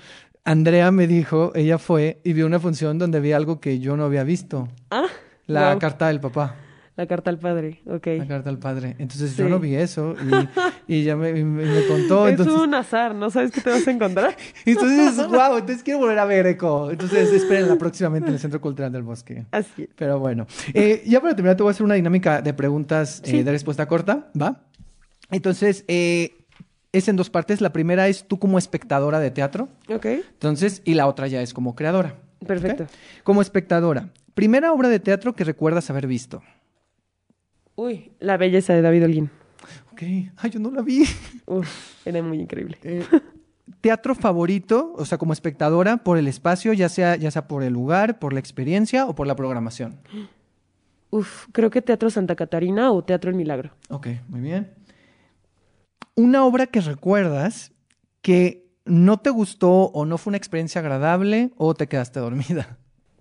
Andrea me dijo, ella fue y vio una función donde vi algo que yo no había visto. Ah, La guau. carta del papá. La carta al padre, ok. La carta al padre. Entonces Sí. yo no vi eso y ya me contó. Es Entonces, un azar, no sabes qué te vas a encontrar. entonces, wow, entonces quiero volver a ver Eco. Entonces espérenla próximamente en el Centro Cultural del Bosque. Así. Pero bueno, ya para terminar te voy a hacer una dinámica de preguntas Sí. de respuesta corta, ¿va? Entonces, es en dos partes. La primera es tú como espectadora de teatro. Ok, Entonces, y la otra ya es como creadora. perfecto. ¿Ok? Como espectadora, primera obra de teatro que recuerdas haber visto. Uy, La belleza de David Holguín. Ok, ay, yo no la vi. Uf, era muy increíble. Teatro favorito, o sea, como espectadora, por el espacio, ya sea por el lugar, por la experiencia o por la programación. Uf, creo que Teatro Santa Catarina o Teatro El Milagro. Ok, muy bien. Una obra que recuerdas que no te gustó o no fue una experiencia agradable o te quedaste dormida.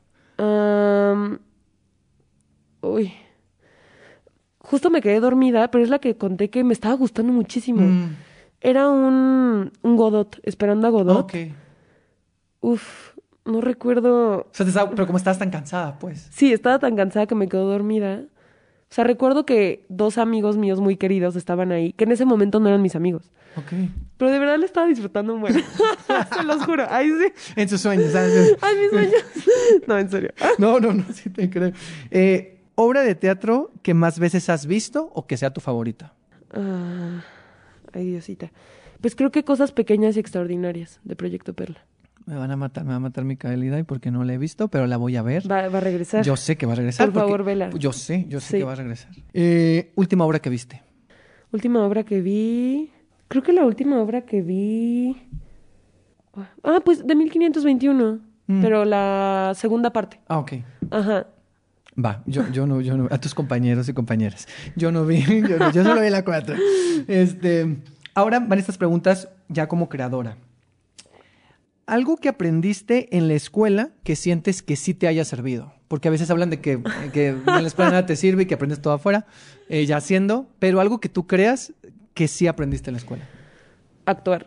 Uy. Justo me quedé dormida, pero es la que conté que me estaba gustando muchísimo. Era un Godot, esperando a Godot. Ok. Uf, no recuerdo. O sea, pero como estabas tan cansada, pues. Sí, estaba tan cansada que me quedé dormida. O sea, recuerdo que dos amigos míos muy queridos estaban ahí, que en ese momento no eran mis amigos. Ok. Pero de verdad le estaba disfrutando un buen. Se los juro. Ay, sí. En sus sueños, ¿sabes? Ay, mis sueños. No, en serio. No, sí te creo. ¿Obra de teatro que más veces has visto o que sea tu favorita? Ay, Diosita. Pues creo que Cosas Pequeñas y Extraordinarias de Proyecto Perla. Me va a matar Micaelida porque no la he visto, pero la voy a ver. Va a regresar. Yo sé que va a regresar. Por favor, vela. Yo sé Sí. que va a regresar. Última obra que viste. Última obra que vi. Creo que la última obra que vi. Pues de 1521. Pero la segunda parte. Ah, ok. Ajá. Va, yo no, a tus compañeros y compañeras. Yo no vi, yo solo vi la 4. Ahora van estas preguntas ya como creadora. Algo que aprendiste en la escuela que sientes que sí te haya servido. Porque a veces hablan de que en la escuela nada te sirve y que aprendes todo afuera, ya haciendo, pero algo que tú creas que sí aprendiste en la escuela. Actuar.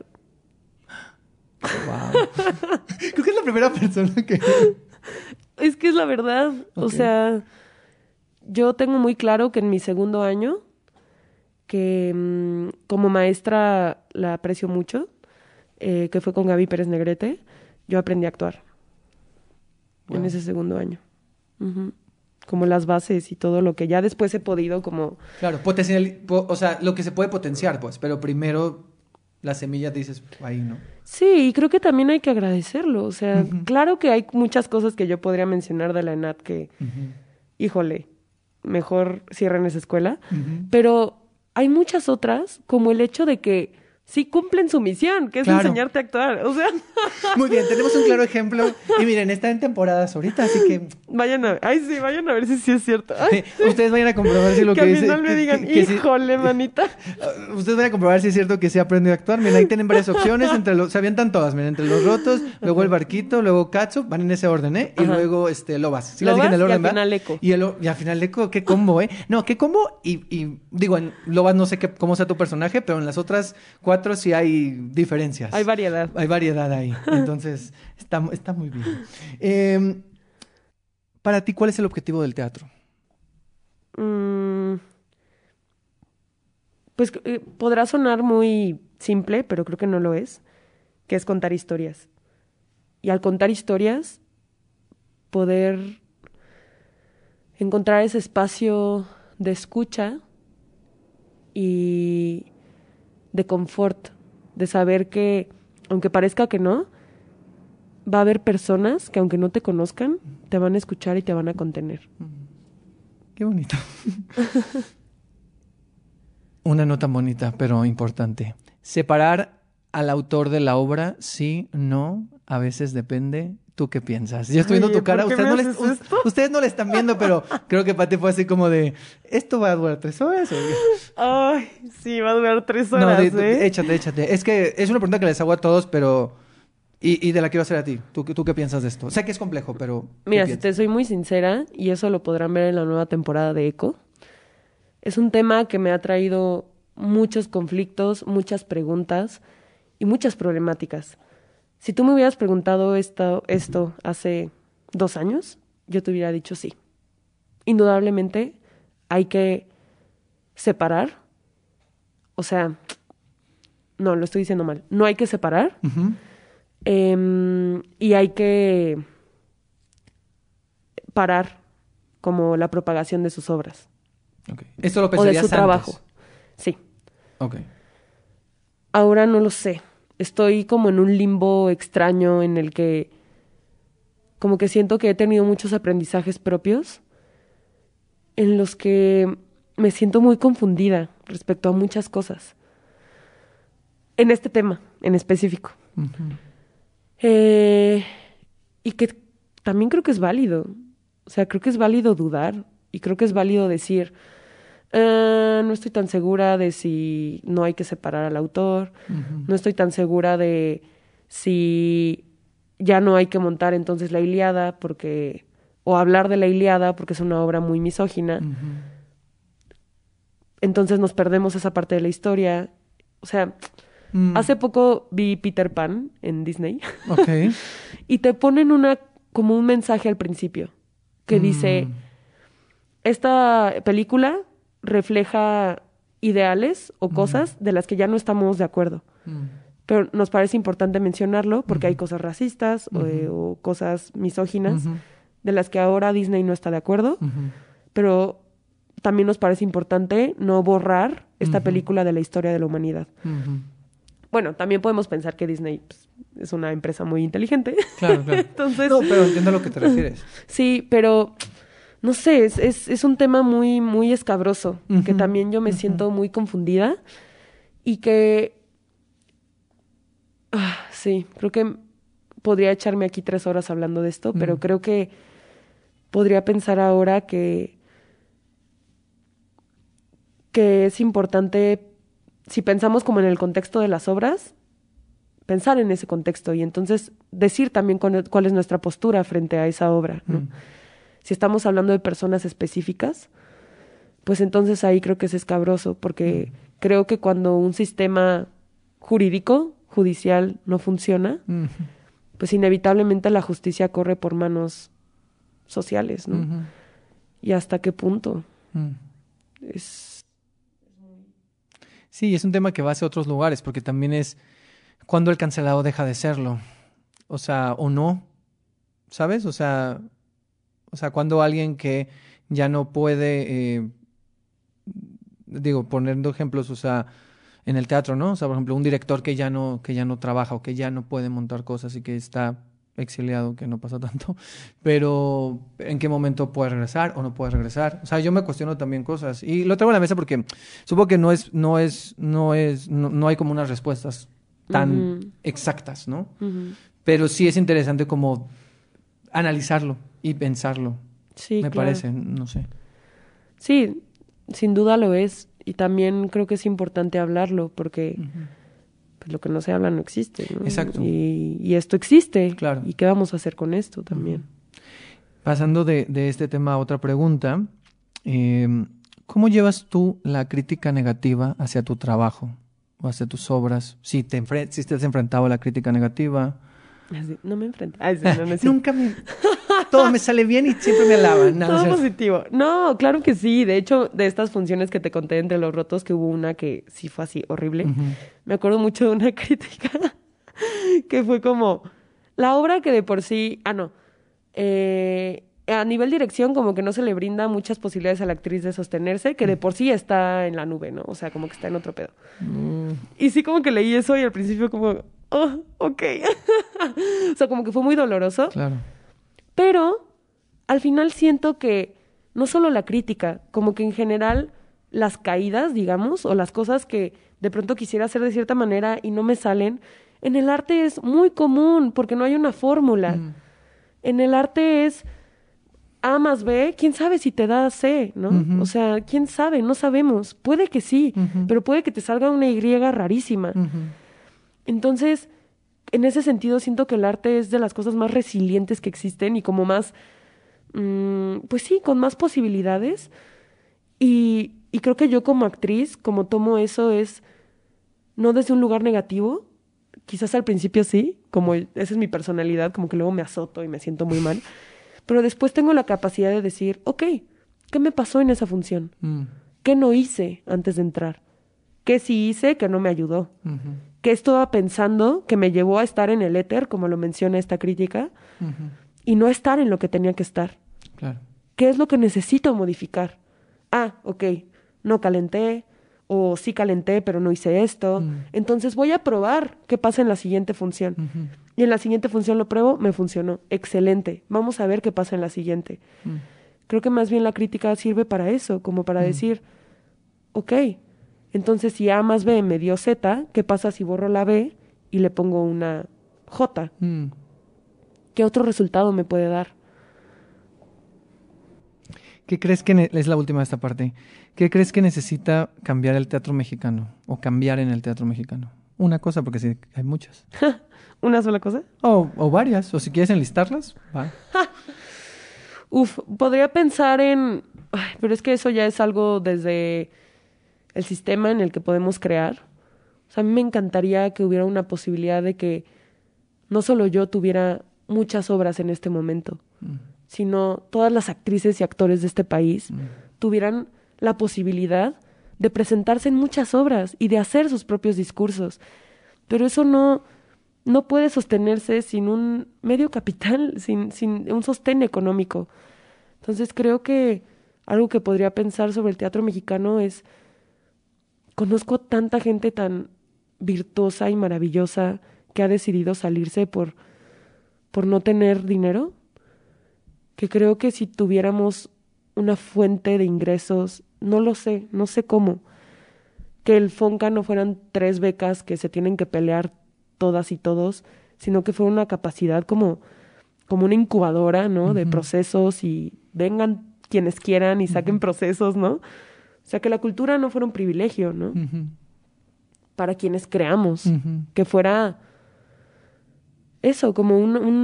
Wow. Creo que es la primera persona que... Es que es la verdad. O Ok. sea, yo tengo muy claro que en mi segundo año, que como maestra la aprecio mucho, que fue con Gaby Pérez Negrete, yo aprendí a actuar en Wow. ese segundo año. Ujú. Como las bases y todo lo que ya después he podido como... Claro, o sea, lo que se puede potenciar, pues, pero primero la semilla dices, ahí no. Sí, y creo que también hay que agradecerlo. O sea, Ujú. claro que hay muchas cosas que yo podría mencionar de la ENAD que, híjole, mejor cierren esa escuela. Pero hay muchas otras, como el hecho de que sí cumplen su misión, que es Claro. enseñarte a actuar. O sea, Muy bien, tenemos un claro ejemplo. Y miren, está en temporadas ahorita, así que vayan a ver si sí es cierto. Ay, ustedes vayan a comprobar si lo que que al dice... final me digan, que sí- híjole, manita. Ustedes van a comprobar si es cierto que sí aprendió a actuar. Miren, ahí tienen varias opciones. Se avientan todas. Miren, entre los rotos, luego el barquito, luego Catsup. Van en ese orden, ¿eh? Y Ajá. luego Lobas. ¿Sí las Lobas dije en el y orden, al ¿va? final Eco. Y al final Eco, qué combo, ¿eh? No, qué combo. Y digo, en Lobas no sé cómo sea tu personaje, pero en las otras 4 sí hay diferencias. Hay variedad. Hay variedad ahí. Entonces, está muy bien. Para ti, ¿cuál es el objetivo del teatro? Pues podrá sonar muy simple, pero creo que no lo es, que es contar historias. Y al contar historias, poder encontrar ese espacio de escucha y de confort, de saber que, aunque parezca que no, va a haber personas que aunque no te conozcan, te van a escuchar y te van a contener. Qué bonito. Una nota bonita, pero importante. Separar al autor de la obra, sí, no, a veces depende. ¿Tú qué piensas? Yo estoy viendo Oye, tu cara. ¿por qué me haces esto? Ustedes no le están viendo, pero creo que Pati fue así como de, ¿esto va a durar 3 horas? Ay, sí, va a durar 3 horas, Échate. Es que es una pregunta que les hago a todos, pero... Y te la quiero hacer a ti. ¿Tú qué piensas de esto? Sé que es complejo, pero... ¿qué Mira, si piensas? te soy muy sincera, y eso lo podrán ver en la nueva temporada de Eco, es un tema que me ha traído muchos conflictos, muchas preguntas y muchas problemáticas. Si tú me hubieras preguntado esto hace 2 años, yo te hubiera dicho sí. Indudablemente hay que separar. O sea, no, lo estoy diciendo mal. No hay que separar. Ujú. Y hay que parar como la propagación de sus obras. Ok. Esto lo O de pensarías su antes. trabajo. Sí. Ok. Ahora no lo sé. Estoy como en un limbo extraño en el que como que siento que he tenido muchos aprendizajes propios en los que me siento muy confundida respecto a muchas cosas. En este tema en específico. Ujú. Y que también creo que es válido. O sea, creo que es válido dudar y creo que es válido decir, no estoy tan segura de si no hay que separar al autor, no estoy tan segura de si ya no hay que montar entonces la Ilíada porque, o hablar de la Ilíada porque es una obra muy misógina. Entonces nos perdemos esa parte de la historia. O sea, hace poco vi Peter Pan en Disney Ok. y te ponen como un mensaje al principio que dice, esta película refleja ideales o cosas de las que ya no estamos de acuerdo. Pero nos parece importante mencionarlo porque hay cosas racistas o cosas misóginas de las que ahora Disney no está de acuerdo, pero también nos parece importante no borrar esta película de la historia de la humanidad. Bueno, también podemos pensar que Disney pues, es una empresa muy inteligente. Claro, claro. Entonces, No, pero entiendo a lo que te refieres. sí, pero no sé, es un tema muy, muy escabroso, que también yo me siento muy confundida y que, sí, creo que podría echarme aquí 3 horas hablando de esto, pero creo que podría pensar ahora que es importante, si pensamos como en el contexto de las obras, pensar en ese contexto y entonces decir también cuál es nuestra postura frente a esa obra, ¿no? Si estamos hablando de personas específicas, pues entonces ahí creo que es escabroso, porque creo que cuando un sistema judicial, no funciona, pues inevitablemente la justicia corre por manos sociales, ¿no? ¿Y hasta qué punto? Sí, es un tema que va hacia otros lugares, porque también es cuando el cancelado deja de serlo. O sea, o no, ¿sabes? O sea, cuando alguien que ya no puede, poniendo ejemplos, o sea, en el teatro, ¿no? O sea, por ejemplo, un director que ya no trabaja o que ya no puede montar cosas y que está exiliado, que no pasa tanto, pero ¿en qué momento puede regresar o no puede regresar? O sea, yo me cuestiono también cosas y lo traigo a la mesa porque supongo que no hay como unas respuestas tan exactas, ¿no? Pero sí es interesante como analizarlo y pensarlo. Sí, me claro. parece, no sé. Sí, sin duda lo es. Y también creo que es importante hablarlo porque pues, lo que no se habla no existe, ¿no? Exacto. Y esto existe. Claro. ¿Y qué vamos a hacer con esto también? Pasando de este tema a otra pregunta, ¿cómo llevas tú la crítica negativa hacia tu trabajo o hacia tus obras? Si te has enfrentado a la crítica negativa. Así, no me enfrento. Ay, sí, no, no, sí. Nunca todo me sale bien y siempre me alaban. No, todo positivo. No, claro que sí. De hecho, de estas funciones que te conté entre los rotos, que hubo una que sí fue así horrible. Me acuerdo mucho de una crítica que fue como la obra que de por sí... a nivel dirección como que no se le brinda muchas posibilidades a la actriz de sostenerse, que de por sí está en la nube, ¿no? O sea, como que está en otro pedo. Y sí como que leí eso y al principio como... Oh, ok. O sea, como que fue muy doloroso. Claro. Pero al final siento que no solo la crítica, como que en general las caídas, digamos, o las cosas que de pronto quisiera hacer de cierta manera y no me salen, en el arte es muy común porque no hay una fórmula. En el arte es A más B, quién sabe si te da C, ¿no? O sea, quién sabe, no sabemos. Puede que sí, pero puede que te salga una Y rarísima. Entonces, en ese sentido siento que el arte es de las cosas más resilientes que existen y como más, pues sí, con más posibilidades. Y creo que yo como actriz, como tomo eso es no desde un lugar negativo, quizás al principio sí, como esa es mi personalidad, como que luego me azoto y me siento muy mal. Pero después tengo la capacidad de decir, ok, ¿qué me pasó en esa función? ¿Qué no hice antes de entrar? ¿Qué sí hice que no me ayudó? ¿Qué estaba pensando que me llevó a estar en el éter, como lo menciona esta crítica, y no estar en lo que tenía que estar? Claro. ¿Qué es lo que necesito modificar? Ah, ok, no calenté, o sí calenté, pero no hice esto. Entonces voy a probar qué pasa en la siguiente función. Y en la siguiente función lo pruebo, me funcionó. Excelente. Vamos a ver qué pasa en la siguiente. Creo que más bien la crítica sirve para eso, como para decir, ok, entonces si A más B me dio Z, ¿qué pasa si borro la B y le pongo una J? ¿Qué otro resultado me puede dar? ¿Qué crees que es la última de esta parte? ¿Qué crees que necesita cambiar el teatro mexicano o cambiar en el teatro mexicano? Una cosa, porque sí, hay muchas. ¿Una sola cosa? O varias, o si quieres enlistarlas, va. Podría pensar en... Ay, pero es que eso ya es algo desde el sistema en el que podemos crear. O sea, a mí me encantaría que hubiera una posibilidad de que no solo yo tuviera muchas obras en este momento, sino todas las actrices y actores de este país tuvieran la posibilidad de presentarse en muchas obras y de hacer sus propios discursos. Pero eso no puede sostenerse sin un medio capital, sin un sostén económico. Entonces creo que algo que podría pensar sobre el teatro mexicano es, conozco tanta gente tan virtuosa y maravillosa que ha decidido salirse por no tener dinero, que creo que si tuviéramos una fuente de ingresos, no sé cómo, que el FONCA no fueran 3 becas que se tienen que pelear todas y todos, sino que fuera una capacidad como una incubadora, ¿no? De procesos y vengan quienes quieran y saquen procesos, ¿no? O sea, que la cultura no fuera un privilegio, ¿no? Para quienes creamos, que fuera eso, como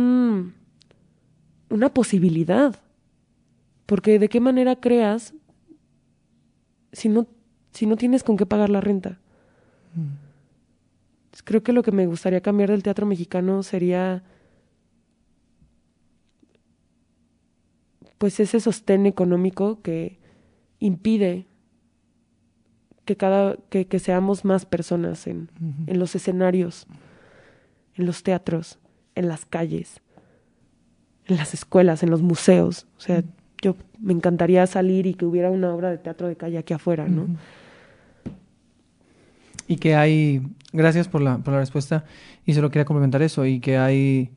una posibilidad. Porque ¿de qué manera creas si no tienes con qué pagar la renta? Creo que lo que me gustaría cambiar del teatro mexicano sería pues ese sostén económico que impide que seamos más personas en los escenarios, en los teatros, en las calles, en las escuelas, en los museos. O sea, yo me encantaría salir y que hubiera una obra de teatro de calle aquí afuera, ¿no? Y que hay, gracias por la respuesta, y solo quería complementar eso, y que hay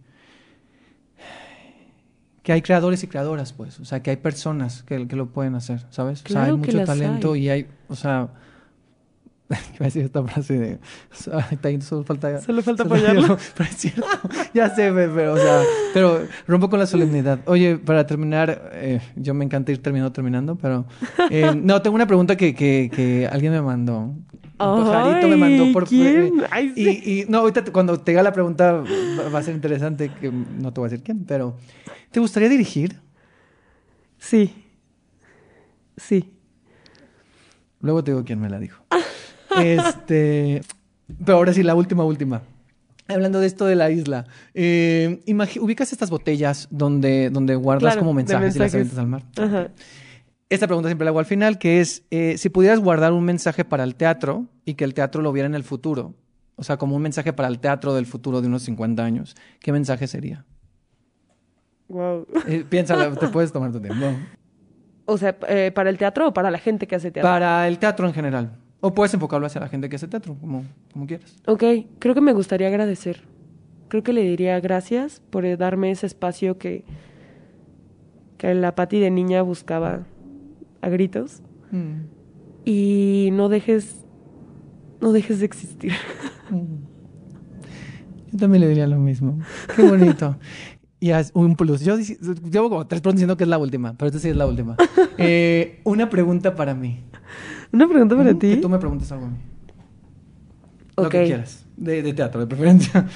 creadores y creadoras, pues, o sea, que hay personas que lo pueden hacer, ¿sabes? Claro, o sea, hay que mucho las talento hay. y hay, o sea, iba a decir esta frase de, solo falta apoyarlo. pero es cierto, ya sé, pero, o sea, pero rompo con la solemnidad. Oye, para terminar, yo me encanta ir terminando, pero no, tengo una pregunta que alguien me mandó. Un pajarito me mandó por... ¿Quién? Ay, sí. Y no, ahorita cuando te haga la pregunta va a ser interesante, que no te voy a decir quién, pero ¿te gustaría dirigir? Sí. Luego te digo quién me la dijo. Pero ahora sí, la última. Hablando de esto de la isla, ubicas estas botellas donde guardas Claro, como de mensajes y las avientas al mar. Ajá. Esta pregunta siempre la hago al final, que es, si pudieras guardar un mensaje para el teatro y que el teatro lo viera en el futuro, o sea, como un mensaje para el teatro del futuro de unos 50 años, ¿qué mensaje sería? Wow. Piénsalo, te puedes tomar tu tiempo. O sea, ¿para el teatro o para la gente que hace teatro? Para el teatro en general. O puedes enfocarlo hacia la gente que hace teatro, como quieras. Ok, creo que me gustaría agradecer. Creo que le diría gracias por darme ese espacio que la Pati de niña buscaba a gritos. Y no dejes de existir. Yo también le diría lo mismo. Qué bonito. Y un plus. Yo llevo como 3 preguntas diciendo que es la última, pero esta sí es la última. Una pregunta para mí. ¿Una pregunta para ti? Que tú me preguntes algo a mí. Lo Ok. que quieras. De teatro, de preferencia.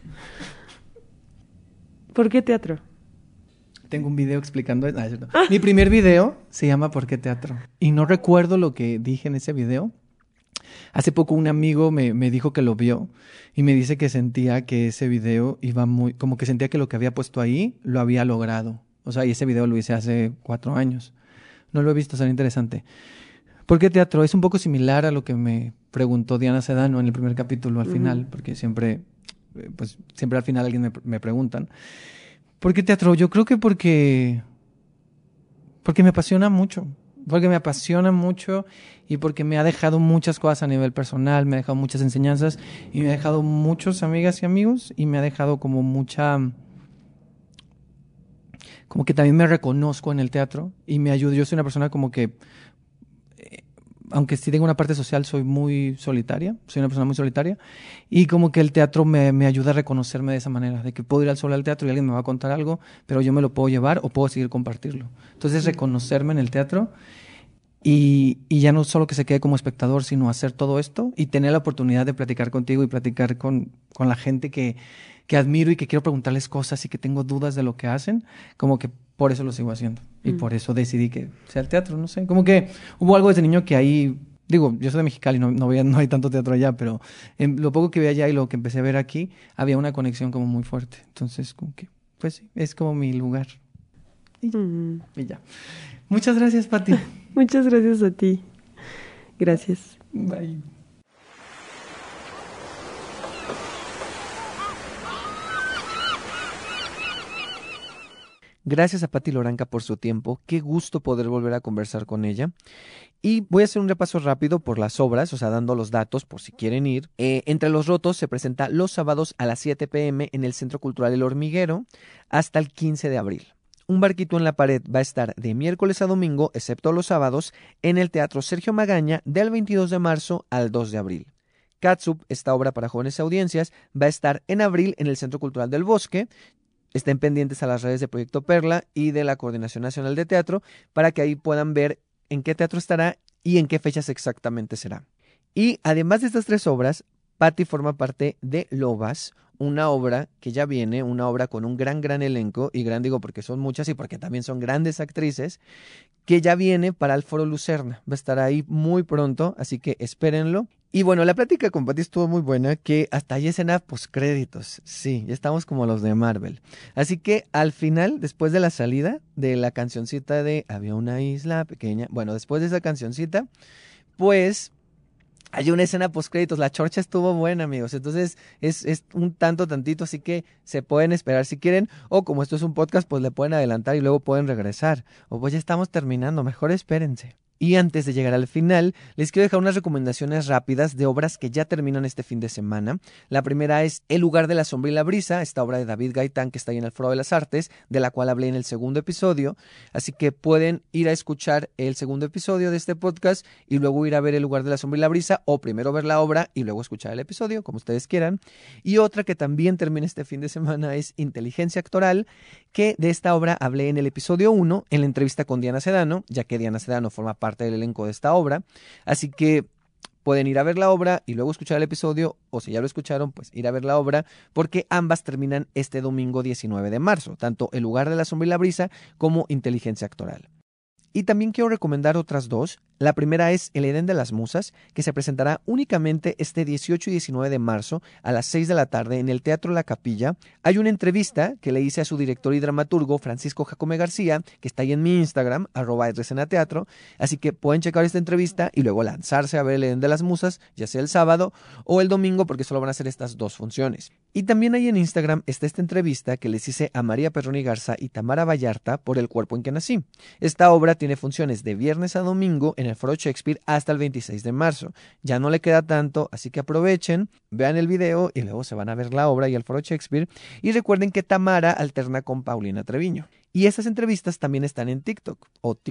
¿Por qué teatro? Tengo un video explicando eso. No, es cierto. Mi primer video se llama ¿Por qué teatro? Y no recuerdo lo que dije en ese video, Hace poco un amigo me dijo que lo vio y me dice que sentía que ese video iba muy, como que sentía que lo que había puesto ahí lo había logrado. O sea, y ese video lo hice hace 4 años. No lo he visto, será interesante. ¿Por qué teatro? Es un poco similar a lo que me preguntó Diana Sedano en el primer capítulo al final, porque siempre al final alguien me preguntan. ¿Por qué teatro? Yo creo que porque me apasiona mucho. Porque me apasiona mucho y porque me ha dejado muchas cosas a nivel personal, me ha dejado muchas enseñanzas y me ha dejado muchos amigas y amigos y me ha dejado como como que también me reconozco en el teatro y me ayuda. Yo soy una persona como que, aunque sí tengo una parte social, soy una persona muy solitaria y como que el teatro me ayuda a reconocerme de esa manera, de que puedo ir al solo al teatro y alguien me va a contar algo, pero yo me lo puedo llevar o puedo seguir compartirlo. Entonces reconocerme en el teatro y ya no solo que se quede como espectador, sino hacer todo esto y tener la oportunidad de platicar contigo y platicar con la gente que admiro y que quiero preguntarles cosas y que tengo dudas de lo que hacen, como que por eso lo sigo haciendo. Y por eso decidí que sea el teatro, no sé. Como que hubo algo desde niño que ahí, digo, yo soy de Mexicali, no hay tanto teatro allá, pero en lo poco que vi allá y lo que empecé a ver aquí, había una conexión como muy fuerte. Entonces, como que, pues sí, es como mi lugar. Y ya. Muchas gracias, Pati. Muchas gracias a ti. Gracias. Bye. Gracias a Pati Loranca por su tiempo. Qué gusto poder volver a conversar con ella. Y voy a hacer un repaso rápido por las obras, o sea, dando los datos por si quieren ir. Entre los Rotos se presenta los sábados a las 7 p.m. en el Centro Cultural El Hormiguero hasta el 15 de abril. Un barquito en la pared va a estar de miércoles a domingo, excepto los sábados, en el Teatro Sergio Magaña del 22 de marzo al 2 de abril. Catsup, esta obra para jóvenes y audiencias, va a estar en abril en el Centro Cultural del Bosque. Estén pendientes a las redes de Proyecto Perla y de la Coordinación Nacional de Teatro para que ahí puedan ver en qué teatro estará y en qué fechas exactamente será. Y además de estas 3 obras, Patti forma parte de Lobas, una obra que ya viene, una obra con un gran elenco, y gran digo porque son muchas y porque también son grandes actrices, que ya viene para el Foro Lucerna. Va a estar ahí muy pronto, así que espérenlo. Y bueno, la plática con Patti estuvo muy buena, que hasta hay escena postcréditos. Sí, ya estamos como los de Marvel. Así que al final, después de la salida de la cancioncita de Había una isla pequeña, bueno, después de esa cancioncita, pues hay una escena postcréditos. La chorcha estuvo buena, amigos. Entonces es un tantito, así que se pueden esperar si quieren. O como esto es un podcast, pues le pueden adelantar y luego pueden regresar. O pues ya estamos terminando, mejor espérense. Y antes de llegar al final, les quiero dejar unas recomendaciones rápidas de obras que ya terminan este fin de semana. La primera es El lugar de la sombra y la brisa, esta obra de David Gaitán que está ahí en el Foro de las Artes, de la cual hablé en el segundo episodio. Así que pueden ir a escuchar el segundo episodio de este podcast y luego ir a ver El lugar de la sombra y la brisa, o primero ver la obra y luego escuchar el episodio, como ustedes quieran. Y otra que también termina este fin de semana es Inteligencia Actoral, que de esta obra hablé en el episodio 1, en la entrevista con Diana Sedano, ya que Diana Sedano forma parte del elenco de esta obra, así que pueden ir a ver la obra y luego escuchar el episodio, o si ya lo escucharon, pues ir a ver la obra, porque ambas terminan este domingo 19 de marzo, tanto El lugar de la sombra y la brisa como Inteligencia Actoral. Y también quiero recomendar otras 2. La primera es El Edén de las Musas, que se presentará únicamente este 18 y 19 de marzo a las 6 de la tarde en el Teatro La Capilla. Hay una entrevista que le hice a su director y dramaturgo, Francisco Jacome García, que está ahí en mi Instagram, @edresenateatro, así que pueden checar esta entrevista y luego lanzarse a ver El Edén de las Musas, ya sea el sábado o el domingo, porque solo van a hacer estas 2 funciones. Y también ahí en Instagram está esta entrevista que les hice a María Perroni Garza y Tamara Vallarta por El cuerpo en que nací. Esta obra tiene funciones de viernes a domingo en el Foro Shakespeare hasta el 26 de marzo. Ya no le queda tanto, así que aprovechen, vean el video y luego se van a ver la obra y el Foro Shakespeare. Y recuerden que Tamara alterna con Paulina Treviño. Y estas entrevistas también están en TikTok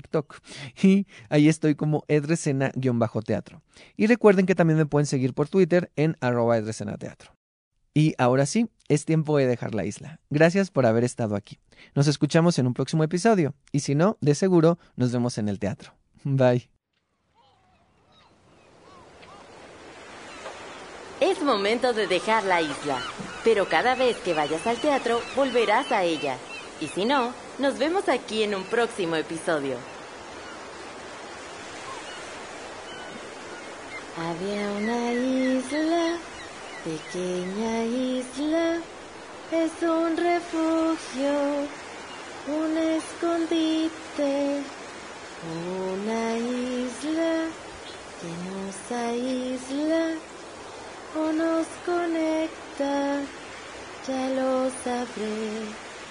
y ahí estoy como edresena_teatro. Y recuerden que también me pueden seguir por Twitter en @edresenateatro. Y ahora sí, es tiempo de dejar la isla. Gracias por haber estado aquí. Nos escuchamos en un próximo episodio. Y si no, de seguro, nos vemos en el teatro. Bye. Es momento de dejar la isla. Pero cada vez que vayas al teatro, volverás a ella. Y si no, nos vemos aquí en un próximo episodio. Había una isla, pequeña isla, es un refugio, un escondite, una isla que nos aísla o nos conecta, ya lo sabré.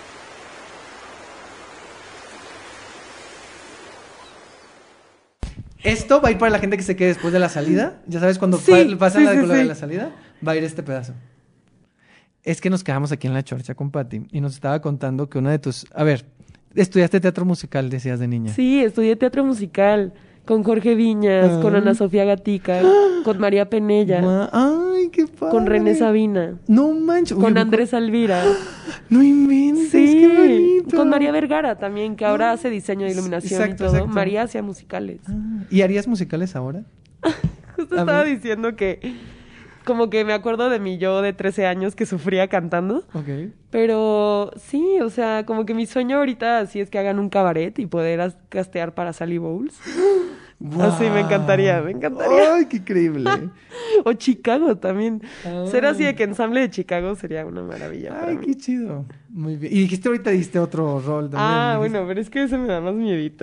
Esto va a ir para la gente que se quede después de la salida. Ya sabes, cuando Sí, pasa sí, la sí, de sí. la salida, va a ir este pedazo. Es que nos quedamos aquí en la chorcha con Patty y nos estaba contando que una de tus... A ver, estudiaste teatro musical, decías de niña. Sí, estudié teatro musical con Jorge Viñas, con Ana Sofía Gatica, con María Penella, ¡Ay, qué padre! con René Sabina, No manches. Uy, con me Andrés Alvira. No inventes, Sí, qué bonito. con María Vergara también, que ahora hace diseño de iluminación Exacto, y todo. exacto. María hacía musicales. ¿Y harías musicales ahora? Justo A estaba ver. diciendo que como que me acuerdo de mi yo de 13 años que sufría cantando. Ok. Pero sí, o sea, como que mi sueño ahorita sí es que hagan un cabaret y poder castear para Sally Bowles. Así me encantaría, me encantaría. ¡Ay, qué increíble! O Chicago también. Ser así Ay. de que ensamble de Chicago sería una maravilla para ¡Ay, mí. qué chido! Muy bien. Y dijiste ahorita diste otro rol también. Ah, dijiste- bueno, pero es que ese me da más miedito.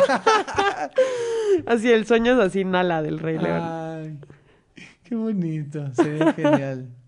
Así, el sueño es así, Nala del Rey León. Ay, qué bonito. Sería genial.